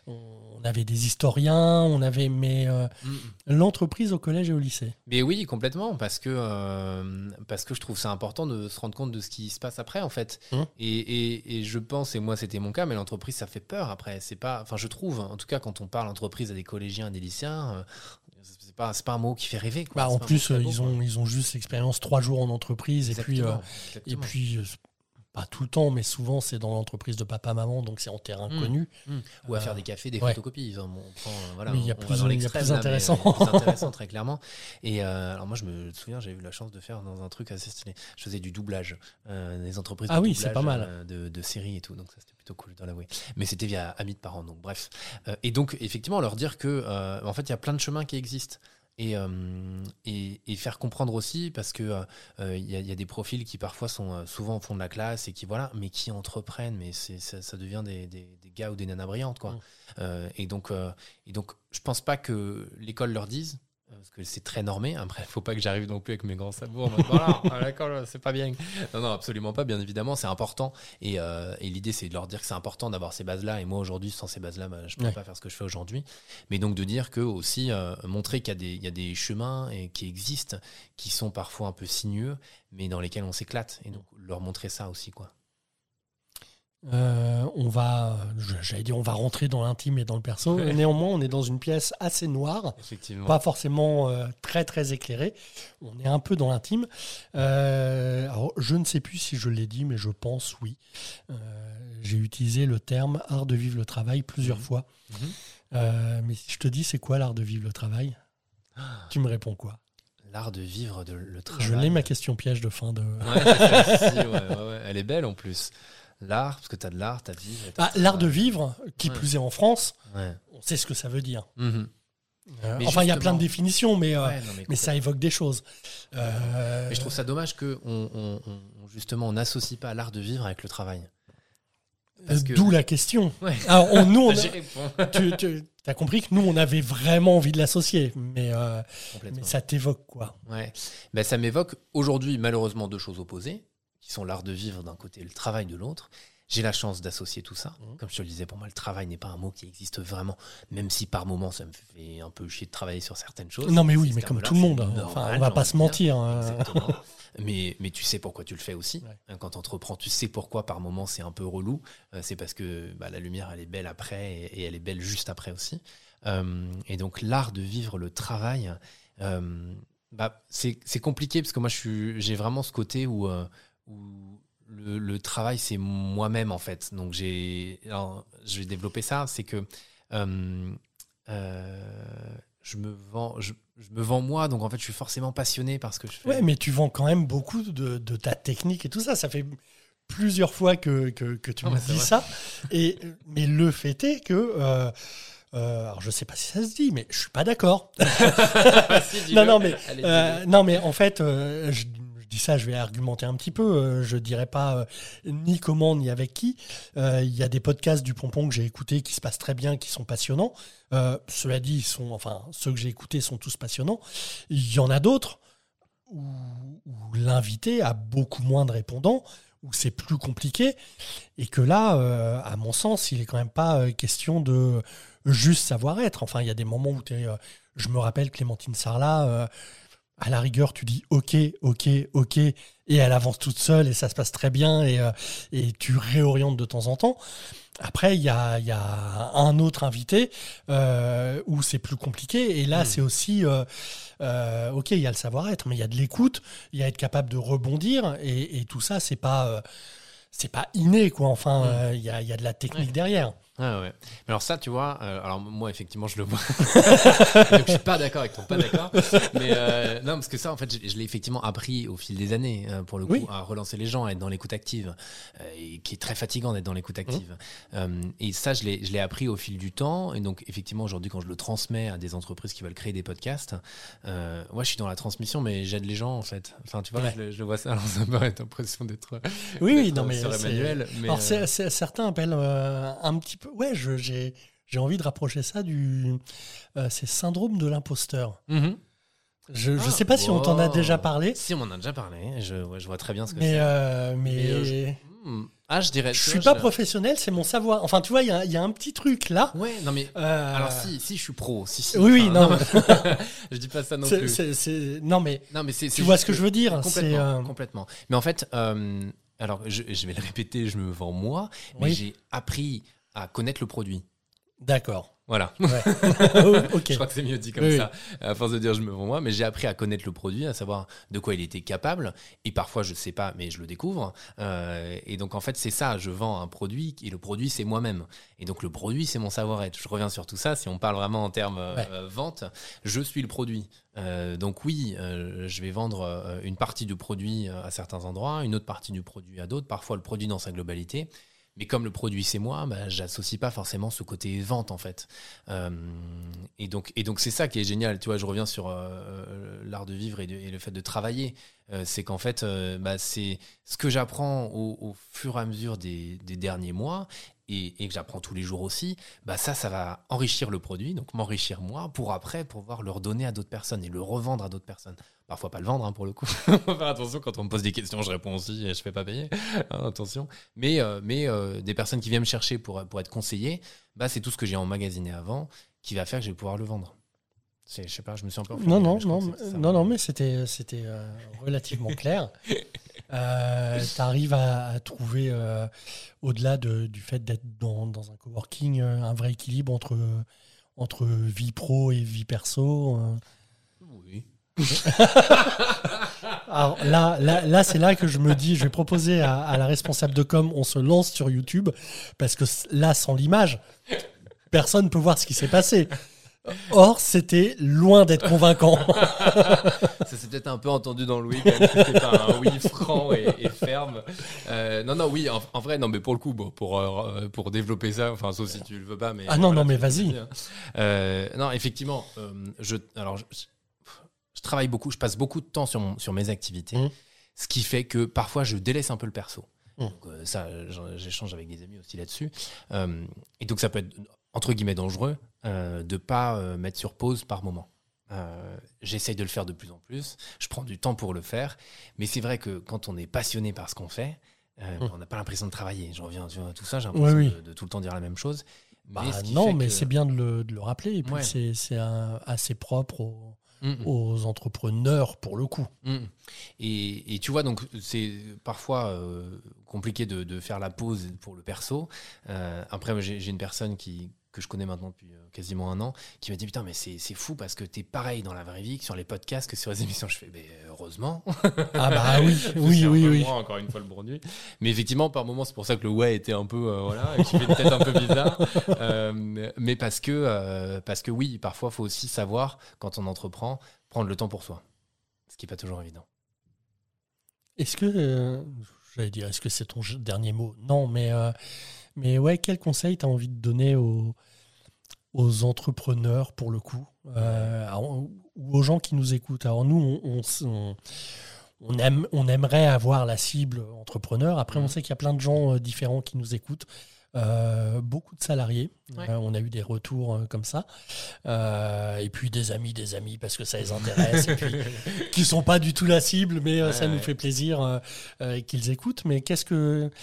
on avait des historiens, on avait... Mais euh, mm. l'entreprise au collège et au lycée. Mais oui, complètement, parce que, euh, parce que je trouve ça important de se rendre compte de ce qui se passe après, en fait. Mm. Et, et, et je pense, et moi, c'était mon cas, mais l'entreprise, ça fait peur après. C'est pas... Enfin, je trouve, en tout cas, quand on parle entreprise à des collégiens et des lycéens... Euh, C'est pas, c'est pas un mot qui fait rêver. Quoi. Bah, en plus, beau, ils, ont, ils ont juste l'expérience trois jours en entreprise. Exactement, et puis, euh, et puis pas tout le temps, mais souvent c'est dans l'entreprise de papa-maman, donc c'est en terrain mmh. connu. Mmh. Ou à euh, faire des cafés, des ouais. photocopies. Enfin, bon, on prend, voilà, mais il y a on plus, va dans il y a plus intéressant. Là, plus intéressant, très clairement. Et euh, alors moi, je me souviens, j'ai eu la chance de faire dans un truc assez stylé. Je faisais du doublage, euh, des entreprises de ah oui, doublage c'est pas mal. Euh, de, de séries et tout, donc ça c'était plutôt cool, je dois l'avouer. Mais c'était via amis de parents, donc bref. Euh, et donc, effectivement, leur dire que, euh, en fait, il y a plein de chemins qui existent. Et, euh, et, et faire comprendre aussi, parce que il euh, y, y a des profils qui parfois sont euh, souvent au fond de la classe et qui voilà, mais qui entreprennent, mais c'est, ça, ça devient des, des, des gars ou des nanas brillantes, quoi. Mmh. Euh, et donc, euh, et donc, je pense pas que l'école leur dise, parce que c'est très normé. Après, il faut pas que j'arrive non plus avec mes grands sabots. Voilà, à l'école, c'est pas bien. Non, non, absolument pas. Bien évidemment, c'est important. Et, euh, et l'idée, c'est de leur dire que c'est important d'avoir ces bases-là. Et moi, aujourd'hui, sans ces bases-là, bah, je ne pourrais ouais. pas faire ce que je fais aujourd'hui. Mais donc, de dire que aussi, euh, montrer qu'il y a, des, il y a des chemins et, qui existent, qui sont parfois un peu sinueux, mais dans lesquels on s'éclate. Et donc, leur montrer ça aussi, quoi. Euh, on va, j'allais dire, on va rentrer dans l'intime et dans le perso. Ouais. Néanmoins, on est dans une pièce assez noire, pas forcément euh, très très éclairée. On est un peu dans l'intime. Euh, alors, je ne sais plus si je l'ai dit, mais je pense oui. Euh, j'ai utilisé le terme art de vivre le travail plusieurs mmh. fois. Mmh. Euh, mais si je te dis, c'est quoi l'art de vivre le travail ? ah. Tu me réponds quoi ? L'art de vivre de, le travail. Je l'ai, ma question piège de fin de. Ouais, c'est ça, si, ouais, ouais, ouais. Elle est belle en plus. L'art, parce que tu as de l'art, tu as de vivre. Ah, l'art de vivre, qui ouais. plus est en France, ouais. on sait ce que ça veut dire. Mm-hmm. Euh, enfin, il y a plein de définitions, mais, euh, ouais, non, mais, mais ça évoque des choses. Euh... Mais je trouve ça dommage qu'on on, on, justement, on n'associe pas l'art de vivre avec le travail. Parce que... D'où la question. Ouais. Alors, on, nous, on a... tu, tu as compris que nous, on avait vraiment envie de l'associer, mais, euh, mais ça t'évoque quoi ? Ouais. Ben, ça m'évoque aujourd'hui, malheureusement, deux choses opposées, qui sont l'art de vivre d'un côté et le travail de l'autre. J'ai la chance d'associer tout ça. Mmh. Comme je te le disais, pour moi, le travail n'est pas un mot qui existe vraiment, même si par moments, ça me fait un peu chier de travailler sur certaines choses. Non, mais oui, mais comme tout le monde. Normal, enfin, on va pas se mentir. Hein. Exactement. mais, mais tu sais pourquoi tu le fais aussi. Ouais. Quand tu entreprends, tu sais pourquoi par moments c'est un peu relou. Euh, c'est parce que bah, la lumière, elle est belle après et, et elle est belle juste après aussi. Euh, et donc, l'art de vivre le travail, euh, bah, c'est, c'est compliqué parce que moi, je suis, j'ai vraiment ce côté où... Euh, où le, le travail, c'est moi-même, en fait. Donc, j'ai... Alors, je vais développer ça. C'est que euh, euh, je, me vends, je, je me vends moi. Donc, en fait, je suis forcément passionné par ce que je fais. Ouais, mais tu vends quand même beaucoup de, de ta technique et tout ça. Ça fait plusieurs fois que, que, que tu ah, me dis ça. Et, mais le fait est que... Euh, Euh, alors je sais pas si ça se dit, mais je suis pas d'accord. si, non, non, mais euh, non, mais en fait, euh, je, je dis ça, je vais argumenter un petit peu. Euh, je dirais pas euh, ni comment ni avec qui. Il euh, y a des podcasts du Pompon que j'ai écoutés qui se passent très bien, qui sont passionnants. Euh, cela dit, ils sont, enfin, ceux que j'ai écoutés sont tous passionnants. Il y en a d'autres où, où l'invité a beaucoup moins de répondants, où c'est plus compliqué, et que là, euh, à mon sens, il est quand même pas question de juste savoir-être. Enfin, il y a des moments où t'es, euh, je me rappelle Clémentine Sarlat, euh, à la rigueur, tu dis ok, ok, ok, et elle avance toute seule et ça se passe très bien et, euh, et tu réorientes de temps en temps. Après, il y a, y a un autre invité euh, où c'est plus compliqué et là, mmh. c'est aussi, euh, euh, ok, il y a le savoir-être, mais il y a de l'écoute, il y a être capable de rebondir et, et tout ça, c'est pas, euh, c'est pas inné, quoi. Enfin, il mmh. euh, y, a, y a de la technique ouais. derrière. Ah ouais. Mais alors ça, tu vois, euh, alors moi effectivement je le vois. Donc je suis pas d'accord avec ton pas d'accord. Mais euh, non, parce que ça en fait, je, je l'ai effectivement appris au fil des années euh, pour le coup, oui. à relancer les gens, à être dans l'écoute active, euh, et qui est très fatigant d'être dans l'écoute active. Mmh. Euh, et ça, je l'ai, je l'ai appris au fil du temps. Et donc effectivement aujourd'hui, quand je le transmets à des entreprises qui veulent créer des podcasts, euh, moi je suis dans la transmission, mais j'aide les gens en fait. Enfin, tu vois, ouais. je, je vois ça. Alors ça me paraît l'impression d'être. Oui, d'être oui, non mais. Sur Emmanuel, mais alors euh... c'est, c'est, certains appellent euh, un petit peu. Ouais, je, j'ai, j'ai envie de rapprocher ça du euh, c'est syndrome de l'imposteur. Mm-hmm. Je ne ah, sais pas wow. si on t'en a déjà parlé. Si, on m'en a déjà parlé. Je, ouais, je vois très bien ce que mais c'est. Euh, mais mais euh, je... Hmm. Ah, je dirais. Je suis pas je... professionnel, c'est mon savoir. Enfin, tu vois, il y, y a un petit truc là. Ouais, non mais. Euh... Alors si, si, je suis pro. Si, si. Oui, oui, non. non mais... je dis pas ça non c'est, plus. C'est, c'est... Non mais. Non mais c'est. Tu vois ce que je veux dire. Complètement. C'est, euh... complètement. Mais en fait. Euh... Alors, je, je vais le répéter, je me vends moi, mais oui. j'ai appris à connaître le produit. D'accord. Voilà. Ouais. Ok. Je crois que c'est mieux dit comme Oui, ça, à force de dire je me vends moi. Mais j'ai appris à connaître le produit, à savoir de quoi il était capable. Et parfois, je sais pas, mais je le découvre. Euh, et donc, en fait, c'est ça. Je vends un produit et le produit, c'est moi-même. Et donc, le produit, c'est mon savoir-être. Je reviens sur tout ça. Si on parle vraiment en termes euh, Ouais. euh, vente, je suis le produit. Euh, donc oui, euh, je vais vendre euh, une partie du produit à certains endroits, une autre partie du produit à d'autres, parfois le produit dans sa globalité. Mais comme le produit c'est moi, bah, j'associe pas forcément ce côté vente en fait. Euh, et donc et donc c'est ça qui est génial. Tu vois, je reviens sur euh, l'art de vivre et, de, et le fait de travailler. Euh, c'est qu'en fait, euh, bah, c'est ce que j'apprends au, au fur et à mesure des, des derniers mois. Et, et que j'apprends tous les jours aussi, bah ça, ça va enrichir le produit, donc m'enrichir moi, pour après pouvoir le redonner à d'autres personnes et le revendre à d'autres personnes. Parfois pas le vendre, hein, pour le coup. Faut faire attention, quand on me pose des questions, je réponds aussi et je fais pas payer. Hein, attention. Mais, euh, mais euh, des personnes qui viennent me chercher pour, pour être conseillées, bah, c'est tout ce que j'ai emmagasiné avant qui va faire que je vais pouvoir le vendre. C'est, je sais pas, je me suis un peu Non, non, mais je crois non, que c'est ça. non, non, mais c'était, c'était euh, relativement clair. Euh, tu arrives à, à trouver, euh, au-delà de, du fait d'être dans, dans un coworking, euh, un vrai équilibre entre, entre vie pro et vie perso. euh. Oui. Alors là, là, là, c'est là que je me dis, je vais proposer à, à la responsable de com, on se lance sur YouTube, parce que là, sans l'image, personne ne peut voir ce qui s'est passé. Or, c'était loin d'être convaincant. Ça s'est peut-être un peu entendu dans le oui, quand même, c'était pas un oui franc et, et ferme. Euh, non, non, oui, en, en vrai, non, mais pour le coup, bon, pour, euh, pour développer ça, enfin, sauf si tu le veux pas, mais. Ah non, voilà, non, mais tu le vas-y. dis, hein. Euh, non, effectivement, euh, je, alors, je, je travaille beaucoup, je passe beaucoup de temps sur, mon, sur mes activités, Mmh. ce qui fait que parfois, je délaisse un peu le perso. Mmh. Donc, euh, ça, j'échange avec des amis aussi là-dessus. Euh, et donc, ça peut être, entre guillemets, dangereux euh, de ne pas euh, mettre sur pause par moment. Euh, j'essaye de le faire de plus en plus. Je prends du temps pour le faire. Mais c'est vrai que quand on est passionné par ce qu'on fait, euh, Mmh. on n'a pas l'impression de travailler. Je reviens sur tout ça, j'ai l'impression Oui, oui. de, de tout le temps dire la même chose. Bah, Mais ce qui non, fait mais que- c'est bien de le, de le rappeler. Et puis, Ouais. c'est, c'est un- assez propre aux, Mm, mm. aux entrepreneurs, pour le coup. Mm. Et, et tu vois, donc c'est parfois euh, compliqué de, de faire la pause pour le perso. Euh, après, moi, j'ai, j'ai une personne qui, que je connais maintenant depuis euh, quasiment un an qui m'a dit putain, mais c'est, c'est fou parce que t'es pareil dans la vraie vie que sur les podcasts, que sur les émissions. Je fais, mais heureusement. Ah bah oui, oui, C'est un oui, peu oui. moi, encore une fois, le produit. Mais effectivement, par moments, c'est pour ça que le ouais était un peu, euh, voilà, qui fait peut-être un peu bizarre. Euh, mais parce que, euh, parce que oui, parfois, il faut aussi savoir, quand on entreprend, prendre le temps pour soi. Ce qui n'est pas toujours évident. Est-ce que, euh, j'allais dire, est-ce que c'est ton dernier mot? Non, mais, euh, mais ouais, quel conseil tu as envie de donner aux, aux entrepreneurs, pour le coup, euh, alors, ou aux gens qui nous écoutent? Alors nous, on, on, on, on aime, on aimerait avoir la cible entrepreneur. Après, on Mhm. sait qu'il y a plein de gens euh, différents qui nous écoutent. Euh, beaucoup de salariés. Ouais. Euh, on a eu des retours euh, comme ça. Euh, et puis des amis, des amis, parce que ça les intéresse. Et puis qui sont pas du tout la cible, mais euh, Ouais, ça nous ouais. fait plaisir euh, euh, qu'ils écoutent. Mais qu'est-ce que...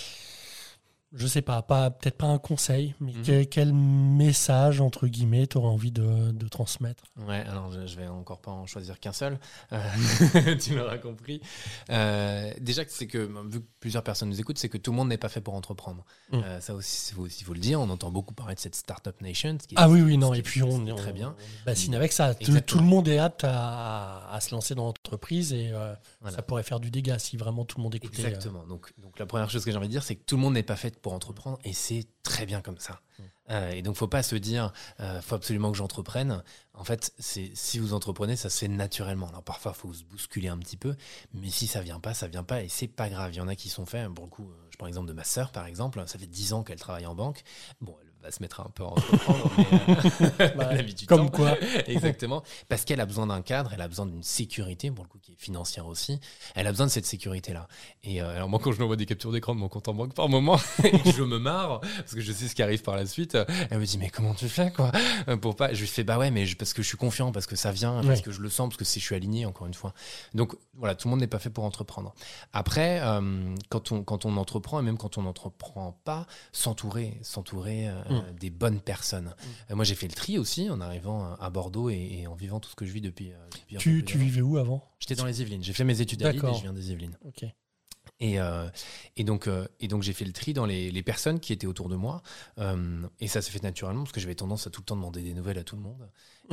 Je sais pas, pas peut-être pas un conseil, mais Mhm. que- quel message, entre guillemets, tu aurais envie de, de transmettre? Ouais, alors je, je vais encore pas en choisir qu'un seul. Euh, tu l'auras compris. Euh, déjà, c'est que, vu que plusieurs personnes nous écoutent, c'est que tout le monde n'est pas fait pour entreprendre. Mm. Euh, ça aussi, il faut, aussi, faut le dire. On entend beaucoup parler de cette Startup Nation. Ce qui est- Ah oui, oui, non, ce qui et est- puis ce on, qui est on, très bien. on bassine avec ça. Tout, Exactement. tout le monde est apte à, à se lancer dans l'entreprise et euh, Voilà. ça pourrait faire du dégât si vraiment tout le monde écoutait. euh. Exactement. Donc, donc la première chose que j'ai envie de dire, c'est que tout le monde n'est pas fait pour entreprendre et c'est très bien comme ça. Mm. Euh, et donc, faut pas se dire, euh, faut absolument que j'entreprenne. En fait, c'est si vous entreprenez, ça se fait naturellement. Alors parfois, faut se bousculer un petit peu, mais si ça vient pas, ça vient pas et c'est pas grave. Il y en a qui sont faits. Pour le coup, je prends l'exemple de ma sœur, par exemple. Ça fait dix ans qu'elle travaille en banque. Bon, elle va se mettre un peu à entreprendre, mais euh, Bah, la vie du comme temps. quoi. Exactement. Parce qu'elle a besoin d'un cadre, elle a besoin d'une sécurité, pour le coup, qui est financière aussi. Elle a besoin de cette sécurité-là. Et euh, alors, moi, quand je lui envoie des captures d'écran de mon compte en banque par moment, et que je me marre, parce que je sais ce qui arrive par la suite, elle me dit, mais comment tu fais, quoi? Pour pas, je lui fais, bah ouais, mais je- parce que je suis confiant, parce que ça vient, parce Ouais. que je le sens, parce que si je suis aligné, encore une fois. Donc, voilà, tout le monde n'est pas fait pour entreprendre. Après, euh, quand on, quand on entreprend, et même quand on n'entreprend pas, s'entourer, s'entourer euh, Mm. des bonnes personnes. Euh, moi, j'ai fait le tri aussi en arrivant à Bordeaux et, et en vivant tout ce que je vis depuis. euh, depuis un peu Tu, plus tu d'un an. vivais où avant? J'étais dans les Yvelines. J'ai fait mes études à Lille et D'accord. je viens des Yvelines. Ok. Et, euh, et, donc, euh, et donc, j'ai fait le tri dans les, les personnes qui étaient autour de moi. Euh, et ça s'est fait naturellement parce que j'avais tendance à tout le temps demander des nouvelles à tout le monde.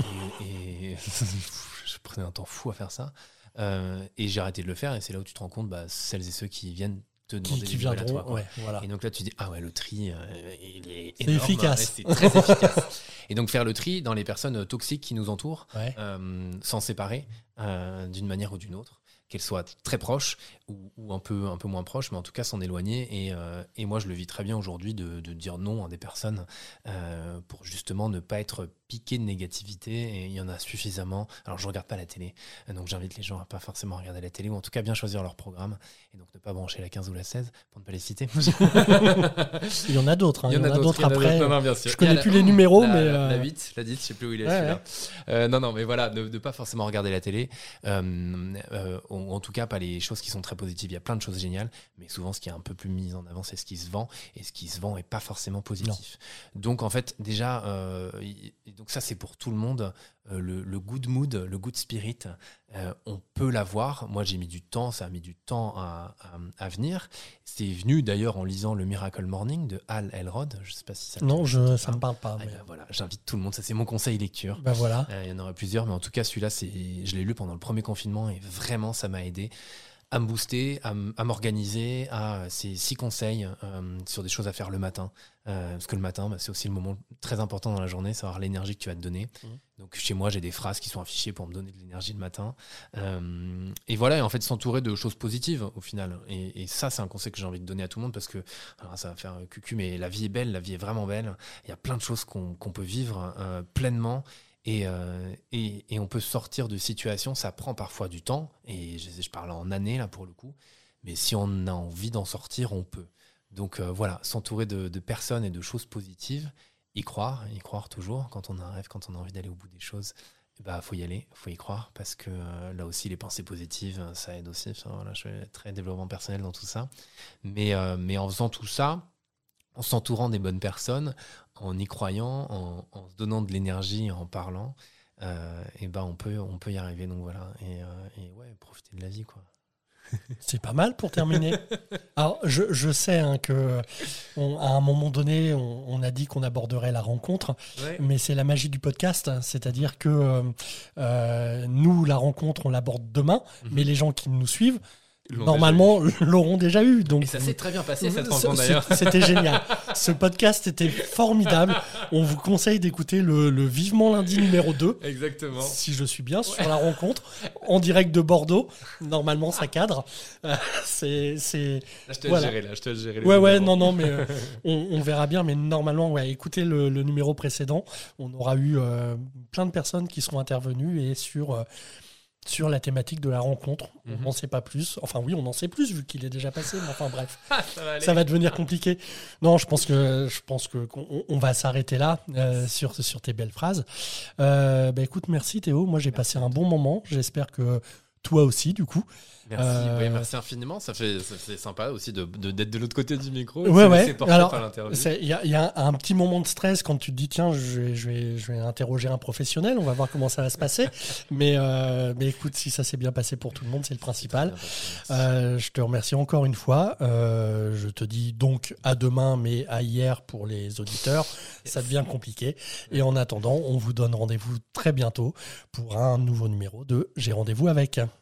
Et, et je prenais un temps fou à faire ça. Euh, et j'ai arrêté de le faire. Et c'est là où tu te rends compte, bah, celles et ceux qui viennent te demander qui, qui des nouvelles à toi. Ouais, voilà. Et donc là, tu dis, ah ouais, le tri, euh, il est c'est énorme, efficace. C'est très efficace. Et donc, faire le tri dans les personnes toxiques qui nous entourent, ouais. euh, s'en séparer euh, d'une manière ou d'une autre. Qu'elles soient très proches ou, ou un, peu, un peu moins proches, mais en tout cas s'en éloigner. Et, euh, et moi, je le vis très bien aujourd'hui de, de dire non à des personnes euh, pour justement ne pas être piqué de négativité. Et il y en a suffisamment. Alors, je ne regarde pas la télé, donc j'invite les gens à pas forcément regarder la télé ou en tout cas bien choisir leur programme et donc ne pas brancher la quinze ou la seize pour ne pas les citer. Il y en a d'autres. Hein. Il y en a d'autres après. Non, non, bien sûr. Je connais la, plus les numéros, la, mais la, euh... la huit, la dix, je sais plus où il est ouais, celui-là. Ouais. Euh, non, non, mais voilà, ne, ne pas forcément regarder la télé. Euh, euh, en, en tout cas, pas les choses qui sont très positives. Il y a plein de choses géniales, mais souvent, ce qui est un peu plus mis en avant, c'est ce qui se vend, et ce qui se vend est pas forcément positif. Non. Donc, en fait, déjà, euh, donc ça, c'est pour tout le monde. Euh, le, le good mood, le good spirit, euh, on peut l'avoir. Moi, j'ai mis du temps, ça a mis du temps à, à, à venir. C'est venu d'ailleurs en lisant le Miracle Morning de Hal Elrod. Je sais pas si ça. Non, je, ça me parle pas. Ah, mais... ben voilà, j'invite tout le monde. Ça, c'est mon conseil lecture. Ben voilà. Euh, il y en aurait plusieurs, mais en tout cas, celui-là, c'est, je l'ai lu pendant le premier confinement et vraiment, ça m'a aidé à me booster, à, m- à m'organiser, à ces six conseils euh, sur des choses à faire le matin. Euh, parce que le matin, bah, c'est aussi le moment très important dans la journée, savoir l'énergie que tu vas te donner. Mmh. Donc chez moi, j'ai des phrases qui sont affichées pour me donner de l'énergie le matin. Euh, et voilà, et en fait, s'entourer de choses positives au final. Et, et ça, c'est un conseil que j'ai envie de donner à tout le monde parce que alors, ça va faire cucu, mais la vie est belle, la vie est vraiment belle. Il y a plein de choses qu'on, qu'on peut vivre euh, pleinement. Et, euh, et, et on peut sortir de situations, ça prend parfois du temps, et je, je parle en années là pour le coup, mais si on a envie d'en sortir, on peut. Donc euh, voilà, s'entourer de, de personnes et de choses positives, y croire, y croire toujours, quand on a un rêve, quand on a envie d'aller au bout des choses, bah faut y aller, faut y croire, parce que euh, là aussi les pensées positives, ça aide aussi. Enfin, voilà, je suis très développement personnel dans tout ça, mais, euh, mais en faisant tout ça, en s'entourant des bonnes personnes, en y croyant, en, en se donnant de l'énergie, en parlant, euh, et ben on peut, on peut y arriver. Donc voilà, et, euh, et ouais, profiter de la vie, quoi. C'est pas mal pour terminer. Alors, je, je sais hein, que on, à un moment donné, on, on a dit qu'on aborderait la rencontre, ouais. Mais c'est la magie du podcast, c'est-à-dire que euh, nous, la rencontre, on l'aborde demain, mm-hmm. Mais les gens qui nous suivent, normalement, l'auront déjà eu. Donc, et ça s'est très bien passé, cette rencontre d'ailleurs. C'était génial. Ce podcast était formidable. On vous conseille d'écouter le, le Vivement Lundi numéro deux. Exactement. Si je suis bien sur ouais. La rencontre, en direct de Bordeaux. Normalement, ça cadre. Euh, c'est, c'est... Là, je te voilà. gérer, là, je te gérer. Ouais, ouais, non, non, mais euh, on, on verra bien. Mais normalement, ouais, écoutez le, le numéro précédent. On aura eu euh, plein de personnes qui seront intervenues et sur... Euh, sur la thématique de la rencontre. Mm-hmm. On n'en sait pas plus. Enfin oui, on en sait plus vu qu'il est déjà passé, mais enfin bref. ça, va ça va devenir compliqué. Non, je pense que je pense que qu'on on va s'arrêter là euh, sur sur tes belles phrases. Euh, bah écoute, merci Théo. Moi j'ai merci passé un bon moment. J'espère que toi aussi, du coup. Merci, euh... oui, merci infiniment. Ça fait, ça fait sympa aussi de, de, d'être de l'autre côté du micro. Ouais, ouais. Alors, il y a, y a un petit moment de stress quand tu te dis tiens, je vais, je vais, je vais interroger un professionnel. On va voir comment ça va se passer. mais, euh, mais écoute, si ça s'est bien passé pour tout le monde, c'est le principal. Euh, je te remercie encore une fois. Euh, je te dis donc à demain, mais à hier pour les auditeurs. Yes. Ça devient compliqué. Et en attendant, on vous donne rendez-vous très bientôt pour un nouveau numéro de J'ai rendez-vous avec.